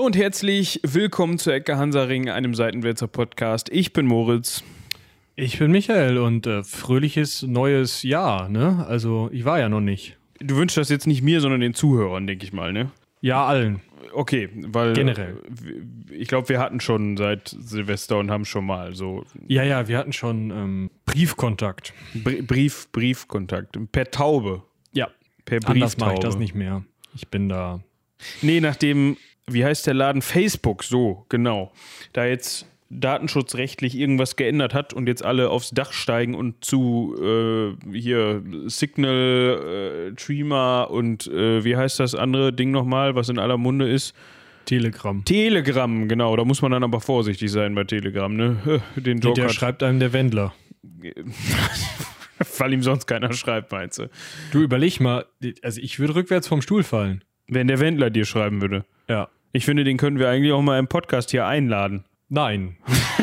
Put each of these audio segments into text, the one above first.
und herzlich willkommen zu Ecke Hansaring, einem Seitenwälzer Podcast. Ich bin Moritz. Ich bin Michael und fröhliches neues Jahr, ne? Also ich war ja noch nicht. Du wünschst das jetzt nicht mir, sondern den Zuhörern, denke ich mal, ne? Ja, allen. Okay, weil generell. Ich glaube, wir hatten schon seit Silvester und haben schon mal so... Ja, wir hatten schon Briefkontakt. Briefkontakt. Per Taube. Ja, per Brieftaube. Anders mache ich das nicht mehr. Ich bin da... Nee, nachdem, wie heißt der Laden? Facebook, so, genau. Da jetzt datenschutzrechtlich irgendwas geändert hat und jetzt alle aufs Dach steigen und zu hier Signal, Trima und wie heißt das andere Ding nochmal, was in aller Munde ist? Telegram. Telegram, genau. Da muss man dann aber vorsichtig sein bei Telegram, ne? Den Joker. Der schreibt einem der Wendler. Weil ihm sonst keiner schreibt, meinst du? Du, überleg mal, also ich würde rückwärts vom Stuhl fallen. Wenn der Wendler dir schreiben würde. Ja. Ich finde, den können wir eigentlich auch mal im Podcast hier einladen. Nein.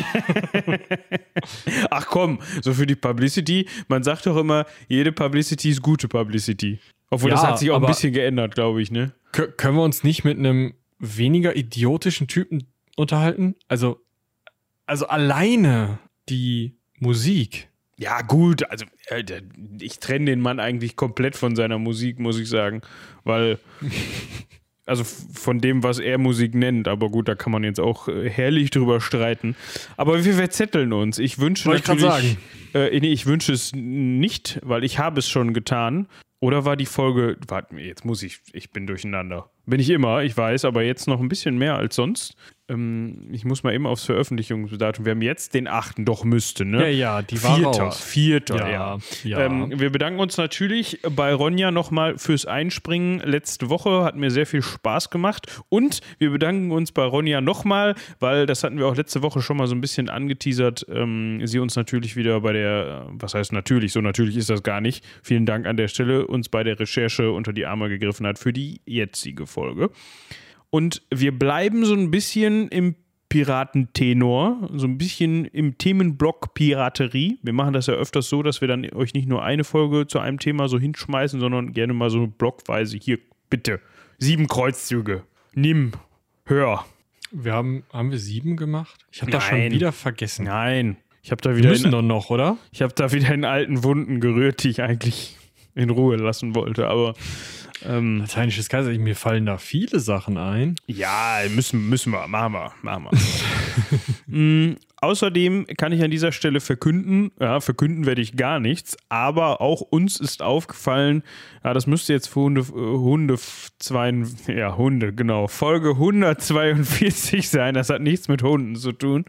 Ach komm, so für die Publicity. Man sagt doch immer, jede Publicity ist gute Publicity. Obwohl, das hat sich auch ein bisschen geändert, glaube ich, ne? Können wir uns nicht mit einem weniger idiotischen Typen unterhalten? Also alleine die Musik. Ja gut, also ich trenne den Mann eigentlich komplett von seiner Musik, muss ich sagen. Weil... Also von dem, was er Musik nennt. Aber gut, da kann man jetzt auch herrlich drüber streiten. Aber wir verzetteln uns. Ich wünsche natürlich... nee, ich wünsche es nicht, weil ich habe es schon getan. Oder war die Folge... Warte, jetzt muss ich bin durcheinander. Bin ich immer, ich weiß, aber jetzt noch ein bisschen mehr als sonst. Ich muss mal eben aufs Veröffentlichungsdatum. Wir haben jetzt den 8. Doch müsste, ne? Ja, die war raus. 4. Ja. Wir bedanken uns natürlich bei Ronja nochmal fürs Einspringen. Letzte Woche hat mir sehr viel Spaß gemacht. Und wir bedanken uns bei Ronja nochmal, weil das hatten wir auch letzte Woche schon mal so ein bisschen angeteasert. Sie uns natürlich wieder bei der, was heißt natürlich, so natürlich ist das gar nicht. Vielen Dank an der Stelle, uns bei der Recherche unter die Arme gegriffen hat für die jetzige Folge. Und wir bleiben so ein bisschen im Piratentenor, so ein bisschen im Themenblock Piraterie. Wir machen das ja öfters so, dass wir dann euch nicht nur eine Folge zu einem Thema so hinschmeißen, sondern gerne mal so blockweise. Hier, bitte, 7 Kreuzzüge. Nimm, hör. Haben wir 7 gemacht? Ich habe das schon wieder vergessen. Nein, ich habe da wieder... Wir müssen doch noch, oder? Ich habe da wieder in alten Wunden gerührt, die ich eigentlich in Ruhe lassen wollte, aber... Lateinisches Kaiserreich, mir fallen da viele Sachen ein. Ja, müssen wir. Machen wir. Außerdem kann ich an dieser Stelle verkünden werde ich gar nichts, aber auch uns ist aufgefallen, das müsste jetzt für Hunde, genau, Folge 142 sein, das hat nichts mit Hunden zu tun.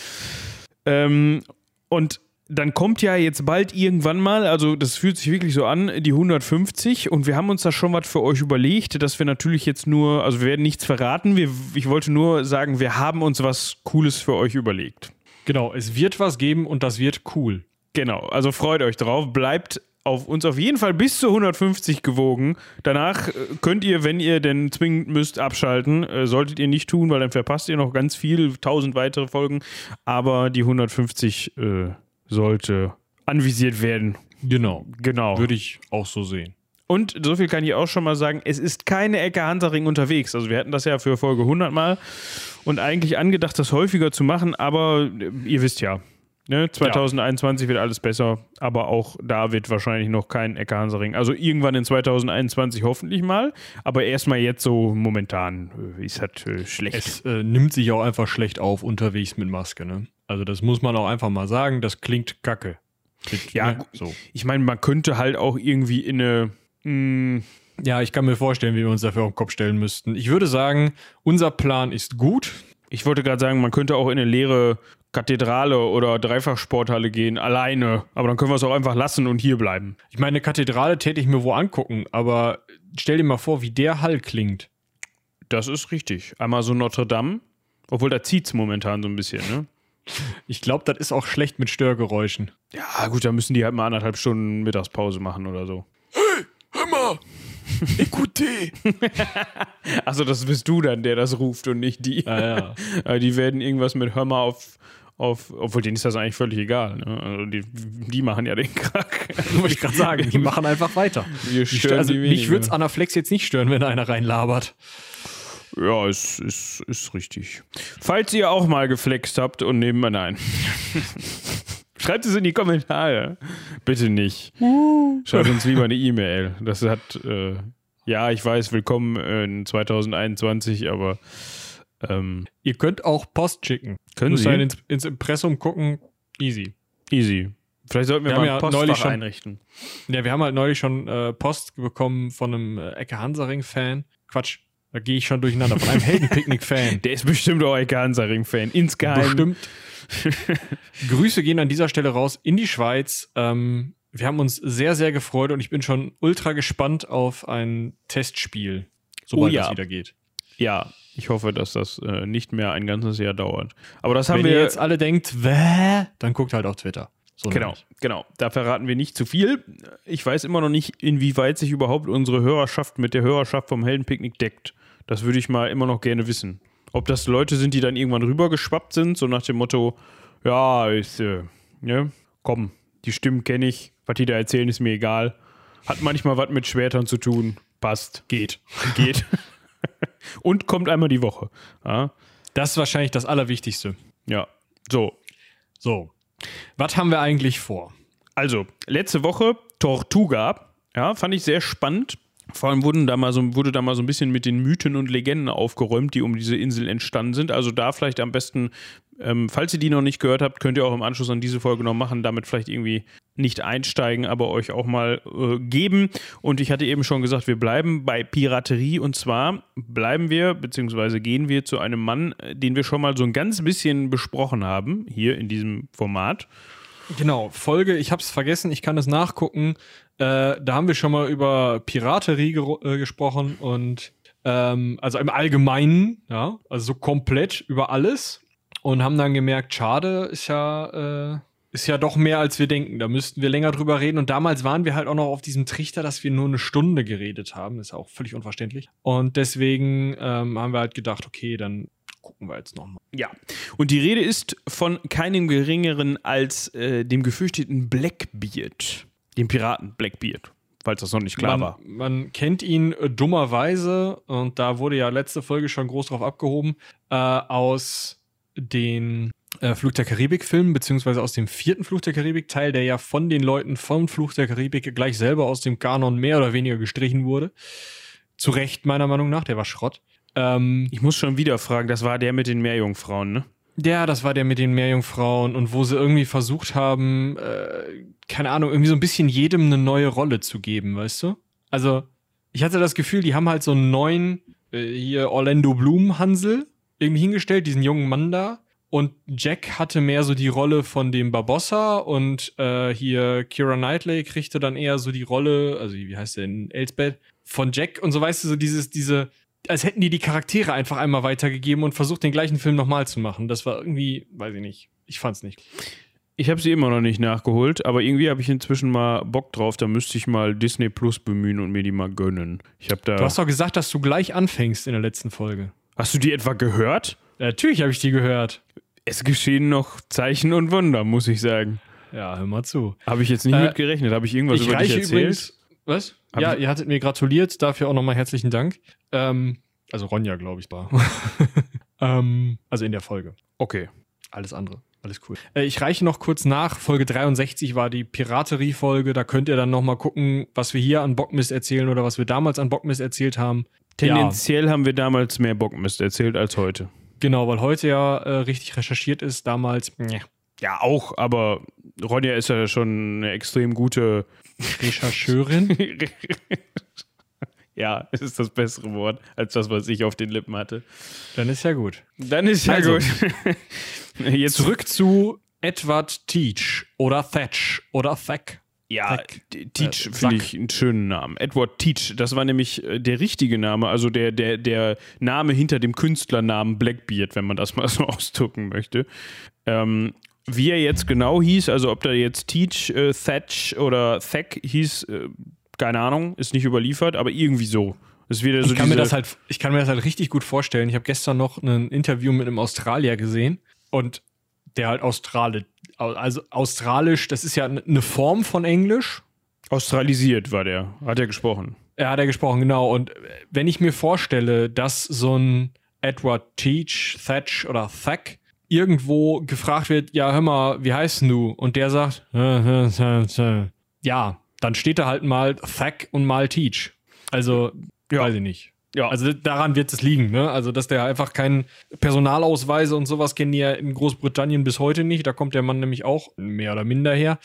Und dann kommt ja jetzt bald irgendwann mal, also das fühlt sich wirklich so an, die 150 und wir haben uns da schon was für euch überlegt, dass wir natürlich jetzt nur, also wir werden nichts verraten, ich wollte nur sagen, wir haben uns was Cooles für euch überlegt. Genau, es wird was geben und das wird cool. Genau, also freut euch drauf, bleibt uns auf jeden Fall bis zu 150 gewogen. Danach könnt ihr, wenn ihr denn zwingend müsst, abschalten. Solltet ihr nicht tun, weil dann verpasst ihr noch ganz viel, 1000 weitere Folgen, aber die 150 sollte anvisiert werden. Genau. Würde ich auch so sehen. Und so viel kann ich auch schon mal sagen, es ist keine Ecke Hansaring unterwegs. Also wir hatten das ja für Folge 100 mal und eigentlich angedacht, das häufiger zu machen, aber ihr wisst ja, ne, 2021 wird alles besser, aber auch da wird wahrscheinlich noch kein Ecke Hansaring. Also irgendwann in 2021 hoffentlich mal, aber erstmal jetzt so momentan ist das schlecht. Es nimmt sich auch einfach schlecht auf unterwegs mit Maske, ne? Also das muss man auch einfach mal sagen, das klingt kacke. So. Ich meine, man könnte halt auch irgendwie in eine... Ja, ich kann mir vorstellen, wie wir uns dafür auf den Kopf stellen müssten. Ich würde sagen, unser Plan ist gut. Ich wollte gerade sagen, man könnte auch in eine leere Kathedrale oder Dreifachsporthalle gehen, alleine. Aber dann können wir es auch einfach lassen und hier bleiben. Ich meine, eine Kathedrale täte ich mir wo angucken, aber stell dir mal vor, wie der Hall klingt. Das ist richtig. Einmal so Notre Dame, obwohl da zieht es momentan so ein bisschen, ne? Ich glaube, das ist auch schlecht mit Störgeräuschen. Ja, gut, da müssen die halt mal 1,5 Stunden Mittagspause machen oder so. Hey, hör mal! Écoutez! Achso, das bist du dann, der das ruft und nicht die. Ja. Die werden irgendwas mit Hör mal auf, obwohl denen ist das eigentlich völlig egal. Ne? Also die machen ja den Krack. Wollte ich gerade sagen, die machen einfach weiter. Mich würde es an der Flex jetzt nicht stören, wenn einer reinlabert. Ja, es ist richtig. Falls ihr auch mal geflext habt und nein. Schreibt es in die Kommentare. Bitte nicht. Schreibt uns lieber eine E-Mail. Das hat, ja, ich weiß, willkommen in 2021, aber ihr könnt auch Post schicken. Können Sie? Ins Impressum gucken. Easy. Vielleicht sollten wir mal ein Postfach einrichten. Ja, wir haben halt neulich schon Post bekommen von einem Ecke Hansaring-Fan. Quatsch, da gehe ich schon durcheinander. Von einem Heldenpicknick-Fan. Der ist bestimmt auch Ecke Hansaring-Fan. Insgeheim. Bestimmt. Grüße gehen an dieser Stelle raus in die Schweiz. Wir haben uns sehr, sehr gefreut und ich bin schon ultra gespannt auf ein Testspiel, sobald das wieder geht. Ja, ich hoffe, dass das nicht mehr ein ganzes Jahr dauert. Aber das Wenn ihr jetzt alle denkt, dann guckt halt auf Twitter. So genau. Da verraten wir nicht zu viel. Ich weiß immer noch nicht, inwieweit sich überhaupt unsere Hörerschaft mit der Hörerschaft vom Heldenpicknick deckt. Das würde ich mal immer noch gerne wissen. Ob das Leute sind, die dann irgendwann rübergeschwappt sind, so nach dem Motto, ja, komm, die Stimmen kenne ich, was die da erzählen, ist mir egal. Hat manchmal was mit Schwertern zu tun. Passt. Geht. Und kommt einmal die Woche. Ja. Das ist wahrscheinlich das Allerwichtigste. Ja, so. Was haben wir eigentlich vor? Also, letzte Woche Tortuga, ja, fand ich sehr spannend. Vor allem wurde da mal so ein bisschen mit den Mythen und Legenden aufgeräumt, die um diese Insel entstanden sind. Also da vielleicht am besten, falls ihr die noch nicht gehört habt, könnt ihr auch im Anschluss an diese Folge noch machen, damit vielleicht irgendwie nicht einsteigen, aber euch auch mal geben. Und ich hatte eben schon gesagt, wir bleiben bei Piraterie und zwar gehen wir zu einem Mann, den wir schon mal so ein ganz bisschen besprochen haben, hier in diesem Format. Genau, Folge, ich hab's vergessen, ich kann es nachgucken. Da haben wir schon mal über Piraterie gesprochen und also im Allgemeinen, ja, also so komplett über alles und haben dann gemerkt, schade, ist ja doch mehr als wir denken. Da müssten wir länger drüber reden und damals waren wir halt auch noch auf diesem Trichter, dass wir nur eine Stunde geredet haben. Ist ja auch völlig unverständlich. Und deswegen haben wir halt gedacht, okay, dann gucken wir jetzt nochmal. Ja, und die Rede ist von keinem Geringeren als dem gefürchteten Blackbeard, dem Piraten Blackbeard, falls das noch nicht klar war. Man kennt ihn dummerweise, und da wurde ja letzte Folge schon groß drauf abgehoben, aus den Fluch der Karibik-Filmen, beziehungsweise aus dem 4. Fluch der Karibik-Teil, der ja von den Leuten vom Fluch der Karibik gleich selber aus dem Kanon mehr oder weniger gestrichen wurde. Zu Recht, meiner Meinung nach, der war Schrott. Ich muss schon wieder fragen, das war der mit den Meerjungfrauen, ne? Ja, das war der mit den Meerjungfrauen und wo sie irgendwie versucht haben, keine Ahnung, irgendwie so ein bisschen jedem eine neue Rolle zu geben, weißt du? Also, ich hatte das Gefühl, die haben halt so einen neuen, hier Orlando Bloom Hansel irgendwie hingestellt, diesen jungen Mann da. Und Jack hatte mehr so die Rolle von dem Barbossa und hier Keira Knightley kriegte dann eher so die Rolle, also wie heißt der denn, Elsbeth, von Jack und so, weißt du, so diese als hätten die Charaktere einfach einmal weitergegeben und versucht, den gleichen Film nochmal zu machen. Das war irgendwie, weiß ich nicht. Ich fand's nicht. Ich habe sie immer noch nicht nachgeholt, aber irgendwie habe ich inzwischen mal Bock drauf. Da müsste ich mal Disney Plus bemühen und mir die mal gönnen. Du hast doch gesagt, dass du gleich anfängst in der letzten Folge. Hast du die etwa gehört? Ja, natürlich habe ich die gehört. Es geschehen noch Zeichen und Wunder, muss ich sagen. Ja, hör mal zu. Habe ich jetzt nicht mit gerechnet. Habe ich irgendwas über dich erzählt? Übrigens, was? Ja, ihr hattet mir gratuliert. Dafür auch nochmal herzlichen Dank. Also Ronja, glaube ich, war. Also in der Folge. Okay. Alles andere. Alles cool. Ich reiche noch kurz nach. Folge 63 war die Piraterie-Folge. Da könnt ihr dann nochmal gucken, was wir hier an Bockmist erzählen oder was wir damals an Bockmist erzählt haben. Tendenziell haben wir damals mehr Bockmist erzählt als heute. Genau, weil heute ja richtig recherchiert ist. Damals, ja, auch, aber Ronja ist ja schon eine extrem gute Rechercheurin. Ja, es ist das bessere Wort als das, was ich auf den Lippen hatte. Dann ist ja gut. Gut. Jetzt zurück zu Edward Teach oder Thatch oder Thack. Ja, Teach finde ich einen schönen Namen. Edward Teach, das war nämlich der richtige Name, also der Name hinter dem Künstlernamen Blackbeard, wenn man das mal so ausdrücken möchte. Wie er jetzt genau hieß, also ob der jetzt Teach, Thatch oder Thack hieß, keine Ahnung, ist nicht überliefert, aber irgendwie so. Ist wieder so ich kann mir das halt richtig gut vorstellen. Ich habe gestern noch ein Interview mit einem Australier gesehen und der halt australisch, das ist ja eine Form von Englisch. Australisiert war der, hat er gesprochen. Ja, hat er gesprochen, genau. Und wenn ich mir vorstelle, dass so ein Edward Thatch oder Thack irgendwo gefragt wird, ja, hör mal, wie heißt du? Und der sagt, ja, dann steht da halt mal Thack und mal Teach. Also, weiß ich nicht. Ja. Also daran wird es liegen, ne? Also, dass der einfach keinen Personalausweise und sowas kennen die ja in Großbritannien bis heute nicht. Da kommt der Mann nämlich auch mehr oder minder her.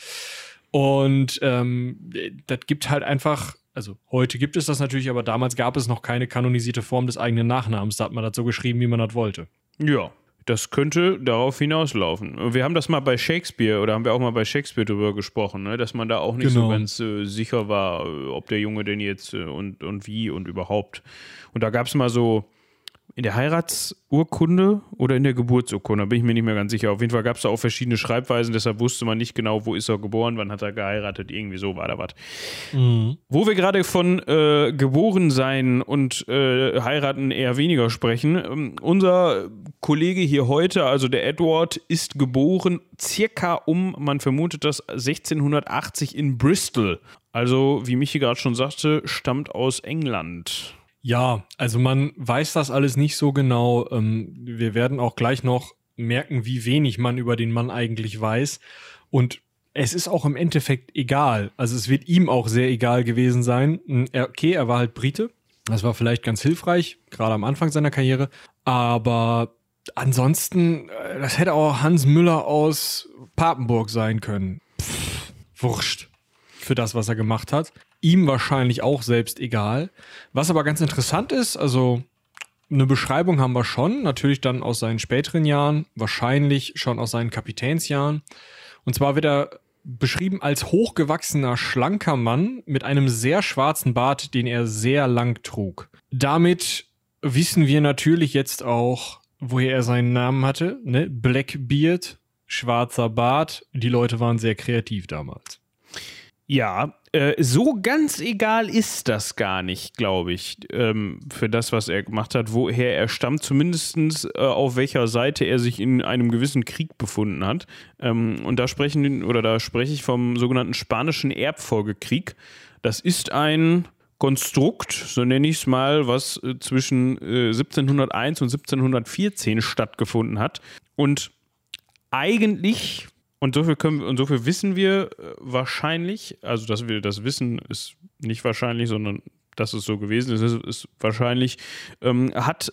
Und das gibt halt einfach, also heute gibt es das natürlich, aber damals gab es noch keine kanonisierte Form des eigenen Nachnamens. Da hat man das so geschrieben, wie man das wollte. Ja. Das könnte darauf hinauslaufen. Wir haben das mal bei Shakespeare, oder haben wir auch mal bei Shakespeare drüber gesprochen, ne? Dass man da auch nicht so ganz sicher war, ob der Junge denn jetzt und wie und überhaupt. Und da gab es mal so in der Heiratsurkunde oder in der Geburtsurkunde, da bin ich mir nicht mehr ganz sicher. Auf jeden Fall gab es da auch verschiedene Schreibweisen, deshalb wusste man nicht genau, wo ist er geboren, wann hat er geheiratet, irgendwie so war da was. Mhm. Wo wir gerade von geboren sein und heiraten eher weniger sprechen, unser Kollege hier heute, also der Edward, ist geboren circa man vermutet das 1680 in Bristol. Also, wie Michi gerade schon sagte, stammt aus England. Ja, also man weiß das alles nicht so genau. Wir werden auch gleich noch merken, wie wenig man über den Mann eigentlich weiß. Und es ist auch im Endeffekt egal. Also es wird ihm auch sehr egal gewesen sein. Okay, er war halt Brite. Das war vielleicht ganz hilfreich, gerade am Anfang seiner Karriere. Aber ansonsten, das hätte auch Hans Müller aus Papenburg sein können. Wurscht für das, was er gemacht hat. Ihm wahrscheinlich auch selbst egal. Was aber ganz interessant ist, also eine Beschreibung haben wir schon, natürlich dann aus seinen späteren Jahren, wahrscheinlich schon aus seinen Kapitänsjahren. Und zwar wird er beschrieben als hochgewachsener, schlanker Mann mit einem sehr schwarzen Bart, den er sehr lang trug. Damit wissen wir natürlich jetzt auch, woher er seinen Namen hatte, ne? Blackbeard, schwarzer Bart. Die Leute waren sehr kreativ damals. Ja, so ganz egal ist das gar nicht, glaube ich, für das, was er gemacht hat, woher er stammt, zumindest auf welcher Seite er sich in einem gewissen Krieg befunden hat. Und da spreche ich vom sogenannten Spanischen Erbfolgekrieg. Das ist ein Konstrukt, so nenne ich es mal, was zwischen 1701 und 1714 stattgefunden hat. Und eigentlich... Und so viel wissen wir wahrscheinlich, also dass wir das wissen, ist nicht wahrscheinlich, sondern dass es so gewesen ist wahrscheinlich, hat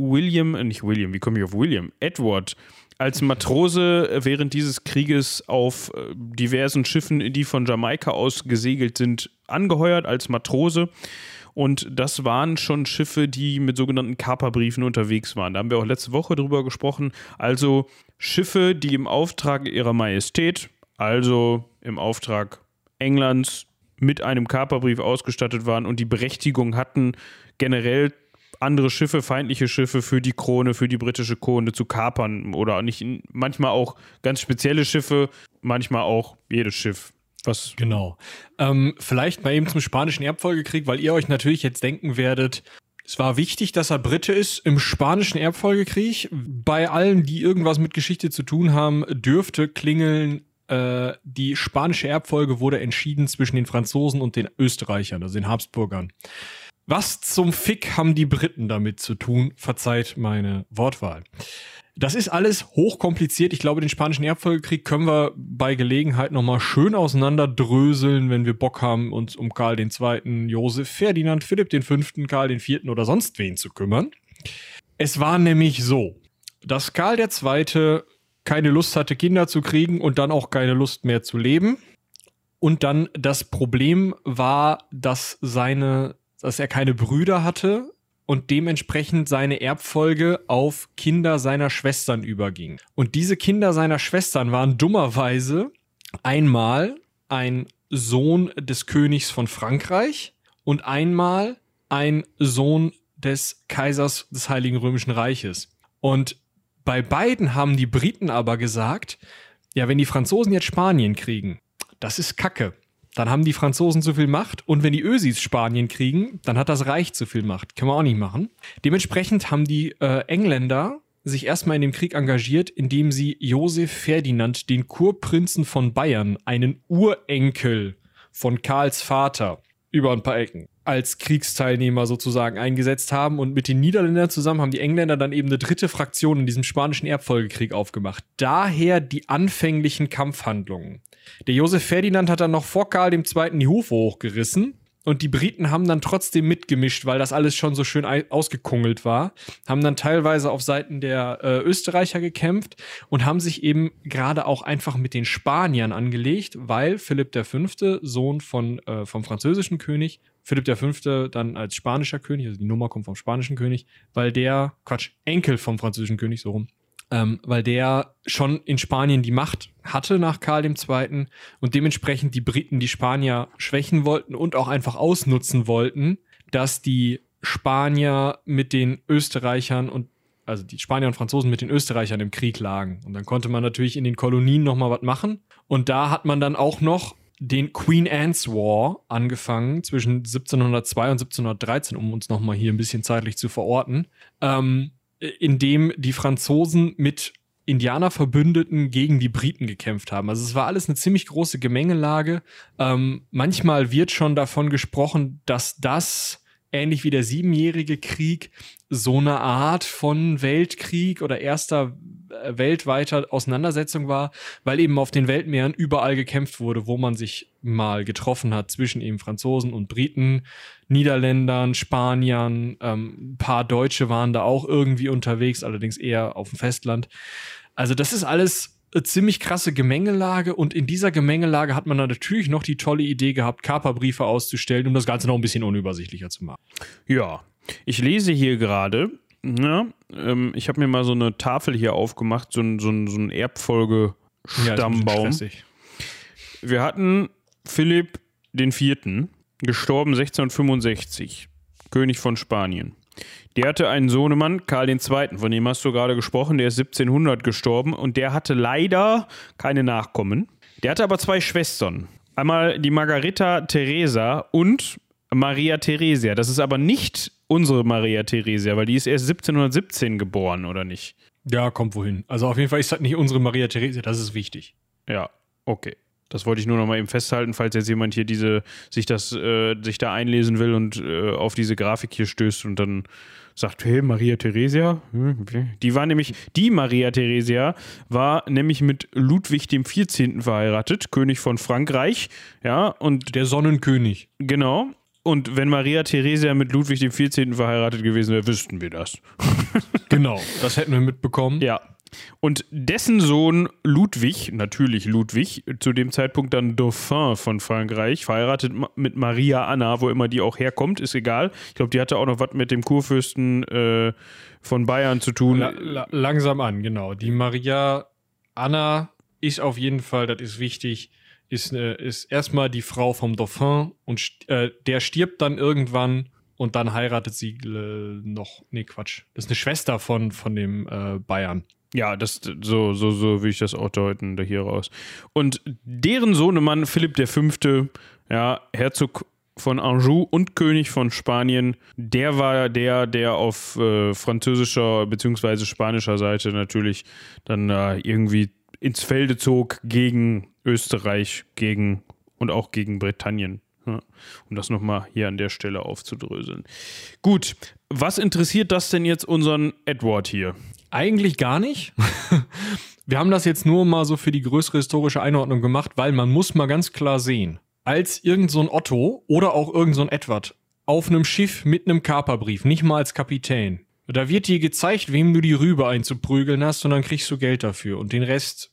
Edward als Matrose während dieses Krieges auf diversen Schiffen, die von Jamaika aus gesegelt sind, angeheuert als Matrose. Und das waren schon Schiffe, die mit sogenannten Kaperbriefen unterwegs waren. Da haben wir auch letzte Woche drüber gesprochen. Also Schiffe, die im Auftrag ihrer Majestät, also im Auftrag Englands, mit einem Kaperbrief ausgestattet waren und die Berechtigung hatten, generell andere Schiffe, feindliche Schiffe für die Krone, für die britische Krone zu kapern. Oder nicht, manchmal auch ganz spezielle Schiffe, manchmal auch jedes Schiff. Was? Genau. Vielleicht mal eben zum Spanischen Erbfolgekrieg, weil ihr euch natürlich jetzt denken werdet, es war wichtig, dass er Brite ist im Spanischen Erbfolgekrieg. Bei allen, die irgendwas mit Geschichte zu tun haben, dürfte klingeln, die spanische Erbfolge wurde entschieden zwischen den Franzosen und den Österreichern, also den Habsburgern. Was zum Fick haben die Briten damit zu tun? Verzeiht meine Wortwahl. Das ist alles hochkompliziert. Ich glaube, den Spanischen Erbfolgekrieg können wir bei Gelegenheit nochmal schön auseinanderdröseln, wenn wir Bock haben, uns um Karl II., Josef, Ferdinand, Philipp V., Karl IV. Oder sonst wen zu kümmern. Es war nämlich so, dass Karl II. Keine Lust hatte, Kinder zu kriegen und dann auch keine Lust mehr zu leben. Und dann das Problem war, dass er keine Brüder hatte und dementsprechend seine Erbfolge auf Kinder seiner Schwestern überging. Und diese Kinder seiner Schwestern waren dummerweise einmal ein Sohn des Königs von Frankreich und einmal ein Sohn des Kaisers des Heiligen Römischen Reiches. Und bei beiden haben die Briten aber gesagt, ja, wenn die Franzosen jetzt Spanien kriegen, das ist Kacke. Dann haben die Franzosen zu viel Macht und wenn die Ösis Spanien kriegen, dann hat das Reich zu viel Macht. Können wir auch nicht machen. Dementsprechend haben die Engländer sich erstmal in dem Krieg engagiert, indem sie Josef Ferdinand, den Kurprinzen von Bayern, einen Urenkel von Karls Vater, über ein paar Ecken, als Kriegsteilnehmer sozusagen eingesetzt haben. Und mit den Niederländern zusammen haben die Engländer dann eben eine dritte Fraktion in diesem spanischen Erbfolgekrieg aufgemacht. Daher die anfänglichen Kampfhandlungen. Der Josef Ferdinand hat dann noch vor Karl II. Die Hufe hochgerissen. Und die Briten haben dann trotzdem mitgemischt, weil das alles schon so schön ausgekungelt war. Haben dann teilweise auf Seiten der Österreicher gekämpft und haben sich eben gerade auch einfach mit den Spaniern angelegt, weil Philipp V., Sohn vom französischen König, Philipp V. dann als spanischer König, also die Nummer kommt vom spanischen König, Enkel vom französischen König, so rum. Weil der schon in Spanien die Macht hatte nach Karl II. Und dementsprechend die Briten die Spanier schwächen wollten und auch einfach ausnutzen wollten, dass die Spanier mit den Österreichern also die Spanier und Franzosen mit den Österreichern im Krieg lagen. Und dann konnte man natürlich in den Kolonien nochmal was machen. Und da hat man dann auch noch den Queen Anne's War angefangen zwischen 1702 und 1713, um uns nochmal hier ein bisschen zeitlich zu verorten. In dem die Franzosen mit Indianerverbündeten gegen die Briten gekämpft haben. Also es war alles eine ziemlich große Gemengelage. Manchmal wird schon davon gesprochen, dass das, ähnlich wie der Siebenjährige Krieg, so eine Art von Weltkrieg oder erster weltweiter Auseinandersetzung war, weil eben auf den Weltmeeren überall gekämpft wurde, wo man sich mal getroffen hat zwischen eben Franzosen und Briten, Niederländern, Spaniern, ein paar Deutsche waren da auch irgendwie unterwegs, allerdings eher auf dem Festland. Also das ist alles eine ziemlich krasse Gemengelage und in dieser Gemengelage hat man dann natürlich noch die tolle Idee gehabt, Kaperbriefe auszustellen, um das Ganze noch ein bisschen unübersichtlicher zu machen. Ja, ich lese hier gerade, ich habe mir mal so eine Tafel hier aufgemacht, so ein Erbfolge-Stammbaum. Ja, wir hatten Philipp IV., gestorben 1665, König von Spanien. Der hatte einen Sohnemann, Karl II., von dem hast du gerade gesprochen, der ist 1700 gestorben und der hatte leider keine Nachkommen. Der hatte aber 2 Schwestern. Einmal die Margareta Theresa und Maria Theresia. Das ist aber nicht unsere Maria Theresia, weil die ist erst 1717 geboren, oder nicht? Ja, kommt wohin. Also auf jeden Fall ist das nicht unsere Maria Theresia, das ist wichtig. Ja, okay. Das wollte ich nur noch mal eben festhalten, falls jetzt jemand hier sich da einlesen will und auf diese Grafik hier stößt und dann sagt, hey, Maria Theresia? Die Maria Theresia war nämlich mit Ludwig XIV. Verheiratet, König von Frankreich, ja, und der Sonnenkönig. Genau. Und wenn Maria Theresia mit Ludwig XIV. Verheiratet gewesen wäre, wüssten wir das. Genau, das hätten wir mitbekommen. Ja. Und dessen Sohn Ludwig, natürlich Ludwig, zu dem Zeitpunkt dann Dauphin von Frankreich, verheiratet mit Maria Anna, wo immer die auch herkommt, ist egal. Ich glaube, die hatte auch noch was mit dem Kurfürsten von Bayern zu tun. Langsam an, genau. Die Maria Anna ist auf jeden Fall, das ist wichtig, ist erstmal die Frau vom Dauphin und der stirbt dann irgendwann und dann heiratet sie Das ist eine Schwester von dem Bayern. Ja, so will ich das auch deuten, da hier raus. Und deren Sohnemann Philipp V., ja, Herzog von Anjou und König von Spanien, der war der auf französischer bzw. spanischer Seite natürlich dann irgendwie ins Felde zog gegen Österreich, und auch gegen Britannien. Ja, um das nochmal hier an der Stelle aufzudröseln. Gut, was interessiert das denn jetzt unseren Edward hier? Eigentlich gar nicht. Wir haben das jetzt nur mal so für die größere historische Einordnung gemacht, weil man muss mal ganz klar sehen, als irgend so ein Otto oder auch irgend so ein Edward auf einem Schiff mit einem Kaperbrief, nicht mal als Kapitän, da wird dir gezeigt, wem du die Rübe einzuprügeln hast und dann kriegst du Geld dafür und den Rest.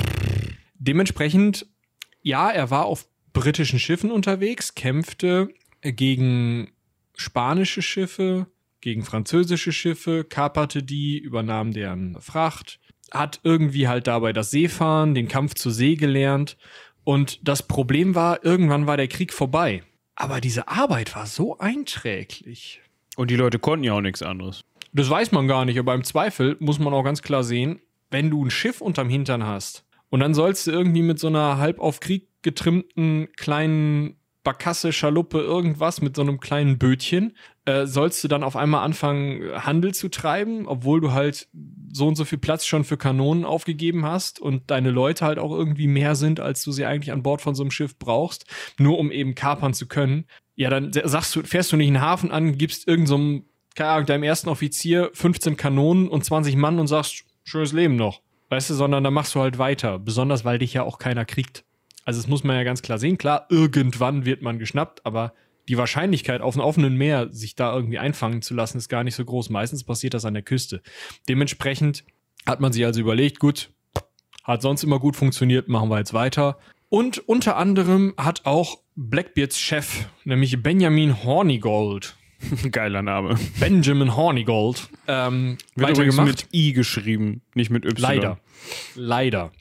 Dementsprechend, ja, er war auf britischen Schiffen unterwegs, kämpfte gegen spanische Schiffe, gegen französische Schiffe, kaperte die, übernahm deren Fracht, hat irgendwie halt dabei das Seefahren, den Kampf zur See gelernt und das Problem war, irgendwann war der Krieg vorbei. Aber diese Arbeit war so einträglich. Und die Leute konnten ja auch nichts anderes. Das weiß man gar nicht, aber im Zweifel muss man auch ganz klar sehen, wenn du ein Schiff unterm Hintern hast und dann sollst du irgendwie mit so einer halb auf Krieg getrimmten kleinen Barkasse, Schaluppe, irgendwas mit so einem kleinen Bötchen, sollst du dann auf einmal anfangen, Handel zu treiben, obwohl du halt so und so viel Platz schon für Kanonen aufgegeben hast und deine Leute halt auch irgendwie mehr sind, als du sie eigentlich an Bord von so einem Schiff brauchst, nur um eben kapern zu können. Ja, dann fährst du nicht in den Hafen an, gibst irgendeinem, keine Ahnung, deinem ersten Offizier 15 Kanonen und 20 Mann und sagst, schönes Leben noch. Weißt du, sondern dann machst du halt weiter. Besonders, weil dich ja auch keiner kriegt. Also das muss man ja ganz klar sehen. Klar, irgendwann wird man geschnappt, aber die Wahrscheinlichkeit, auf einem offenen Meer sich da irgendwie einfangen zu lassen, ist gar nicht so groß. Meistens passiert das an der Küste. Dementsprechend hat man sich also überlegt, gut, hat sonst immer gut funktioniert, machen wir jetzt weiter. Und unter anderem hat auch Blackbeards Chef, nämlich Benjamin Hornigold. Geiler Name. Benjamin Hornigold. Wird weitergemacht. Mit I geschrieben, nicht mit Y. Leider.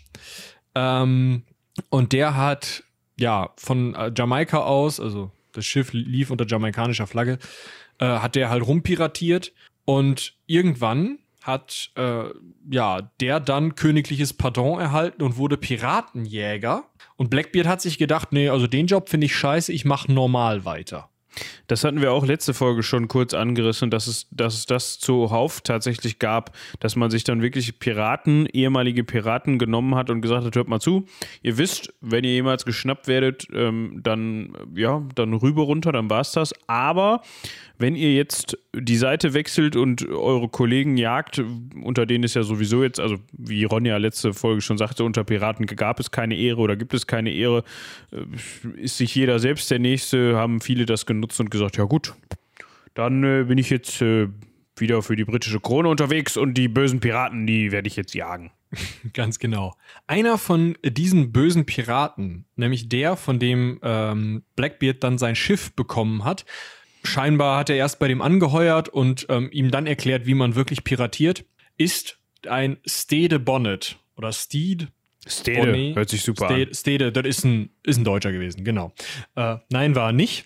Und der hat, ja, von Jamaika aus, also das Schiff lief unter jamaikanischer Flagge, hat der halt rumpiratiert und irgendwann hat der dann königliches Pardon erhalten und wurde Piratenjäger. Und Blackbeard hat sich gedacht, nee, also den Job finde ich scheiße, ich mache normal weiter. Das hatten wir auch letzte Folge schon kurz angerissen, dass es das zuhauf tatsächlich gab, dass man sich dann wirklich ehemalige Piraten genommen hat und gesagt hat, hört mal zu, ihr wisst, wenn ihr jemals geschnappt werdet, dann rüber runter, dann war's das. Aber wenn ihr jetzt die Seite wechselt und eure Kollegen jagt, unter denen es ja sowieso jetzt, also wie Ronja letzte Folge schon sagte, unter Piraten gab es keine Ehre oder gibt es keine Ehre, ist sich jeder selbst der Nächste, haben viele das genutzt und gesagt, ja gut, dann bin ich jetzt wieder für die britische Krone unterwegs und die bösen Piraten, die werde ich jetzt jagen. Ganz genau. Einer von diesen bösen Piraten, nämlich der, von dem Blackbeard dann sein Schiff bekommen hat, scheinbar hat er erst bei dem angeheuert und ihm dann erklärt, wie man wirklich piratiert, ist ein Stede Bonnet oder Stede. Stede, hört sich super an. Stede, das ist ein Deutscher gewesen, genau. Nein, war er nicht.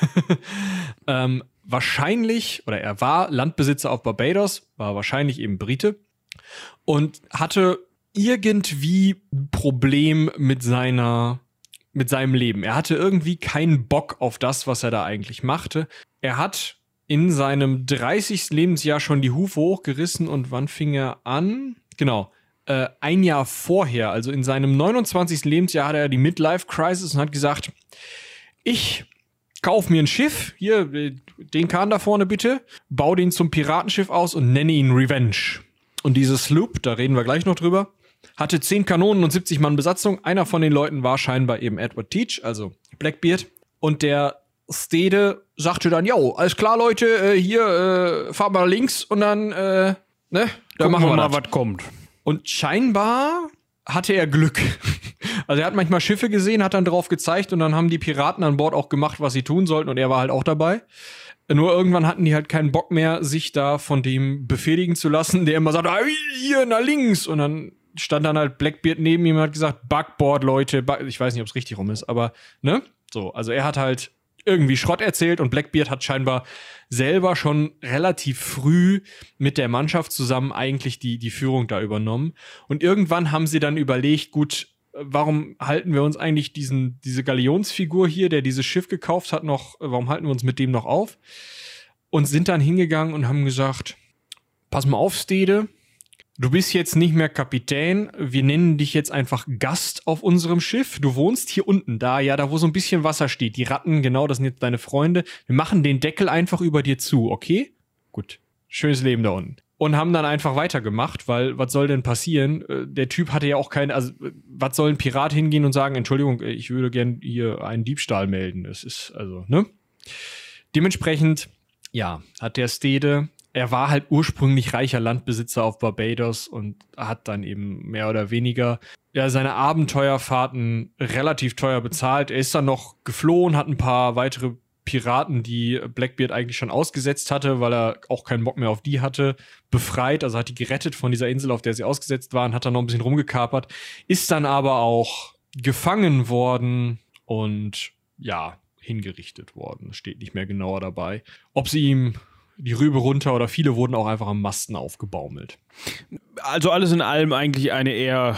Wahrscheinlich, oder er war Landbesitzer auf Barbados, war wahrscheinlich eben Brite und hatte irgendwie ein Problem mit seinem Leben. Er hatte irgendwie keinen Bock auf das, was er da eigentlich machte. Er hat in seinem 30. Lebensjahr schon die Hufe hochgerissen und wann fing er an? Genau. Ein Jahr vorher, also in seinem 29. Lebensjahr, hatte er die Midlife-Crisis und hat gesagt, ich kauf mir ein Schiff, hier, den Kahn da vorne bitte, bau den zum Piratenschiff aus und nenne ihn Revenge. Und diese Sloop, da reden wir gleich noch drüber, hatte 10 Kanonen und 70 Mann Besatzung. Einer von den Leuten war scheinbar eben Edward Teach, also Blackbeard. Und der Stede sagte dann, jo, alles klar, Leute, hier, fahrt mal links und dann, da machen wir mal, was kommt. Und scheinbar hatte er Glück. Also er hat manchmal Schiffe gesehen, hat dann drauf gezeigt und dann haben die Piraten an Bord auch gemacht, was sie tun sollten und er war halt auch dabei. Nur irgendwann hatten die halt keinen Bock mehr, sich da von dem befehligen zu lassen, der immer sagt, hier nach links. Und dann stand dann halt Blackbeard neben ihm und hat gesagt, Backboard, Leute. Ich weiß nicht, ob es richtig rum ist, aber, ne? So, also er hat halt irgendwie Schrott erzählt und Blackbeard hat scheinbar selber schon relativ früh mit der Mannschaft zusammen eigentlich die Führung da übernommen. Und irgendwann haben sie dann überlegt, gut, warum halten wir uns eigentlich diese Galionsfigur hier, der dieses Schiff gekauft hat, warum halten wir uns mit dem noch auf? Und sind dann hingegangen und haben gesagt, pass mal auf, Stede, du bist jetzt nicht mehr Kapitän, wir nennen dich jetzt einfach Gast auf unserem Schiff. Du wohnst hier unten, da wo so ein bisschen Wasser steht. Die Ratten, genau, das sind jetzt deine Freunde. Wir machen den Deckel einfach über dir zu, okay? Gut, schönes Leben da unten. Und haben dann einfach weitergemacht, weil was soll denn passieren? Der Typ hatte ja auch was soll ein Pirat hingehen und sagen, Entschuldigung, ich würde gern hier einen Diebstahl melden. Das ist, also, ne? Dementsprechend, ja, hat der Stede, er war halt ursprünglich reicher Landbesitzer auf Barbados und hat dann eben mehr oder weniger seine Abenteuerfahrten relativ teuer bezahlt. Er ist dann noch geflohen, hat ein paar weitere Piraten, die Blackbeard eigentlich schon ausgesetzt hatte, weil er auch keinen Bock mehr auf die hatte, befreit, also hat die gerettet von dieser Insel, auf der sie ausgesetzt waren, hat dann noch ein bisschen rumgekapert, ist dann aber auch gefangen worden und hingerichtet worden. Steht nicht mehr genauer dabei. Ob sie ihm die Rübe runter oder viele wurden auch einfach am Masten aufgebaumelt. Also alles in allem eigentlich eine eher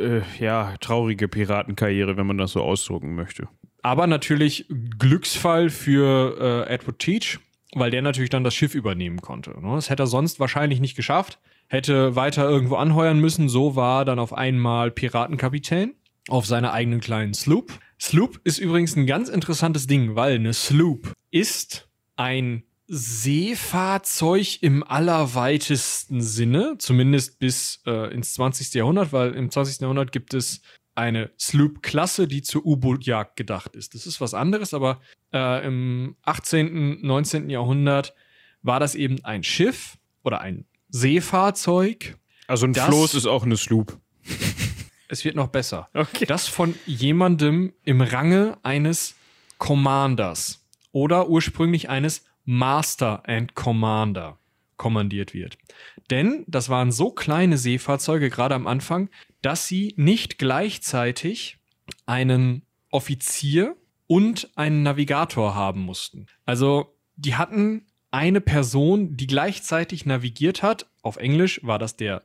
traurige Piratenkarriere, wenn man das so ausdrücken möchte. Aber natürlich Glücksfall für Edward Teach, weil der natürlich dann das Schiff übernehmen konnte. Das hätte er sonst wahrscheinlich nicht geschafft. Hätte weiter irgendwo anheuern müssen. So war dann auf einmal Piratenkapitän auf seiner eigenen kleinen Sloop. Sloop ist übrigens ein ganz interessantes Ding, weil eine Sloop ist ein Seefahrzeug im allerweitesten Sinne, zumindest bis ins 20. Jahrhundert, weil im 20. Jahrhundert gibt es eine Sloop-Klasse, die zur U-Boot-Jagd gedacht ist. Das ist was anderes, aber im 18., 19. Jahrhundert war das eben ein Schiff oder ein Seefahrzeug. Also ein Floß ist auch eine Sloop. Es wird noch besser. Okay. Das von jemandem im Range eines Commanders oder ursprünglich eines Master and Commander kommandiert wird. Denn das waren so kleine Seefahrzeuge, gerade am Anfang, dass sie nicht gleichzeitig einen Offizier und einen Navigator haben mussten. Also die hatten eine Person, die gleichzeitig navigiert hat. Auf Englisch war das der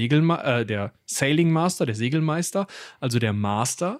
Sailing Master, der Segelmeister, also der Master.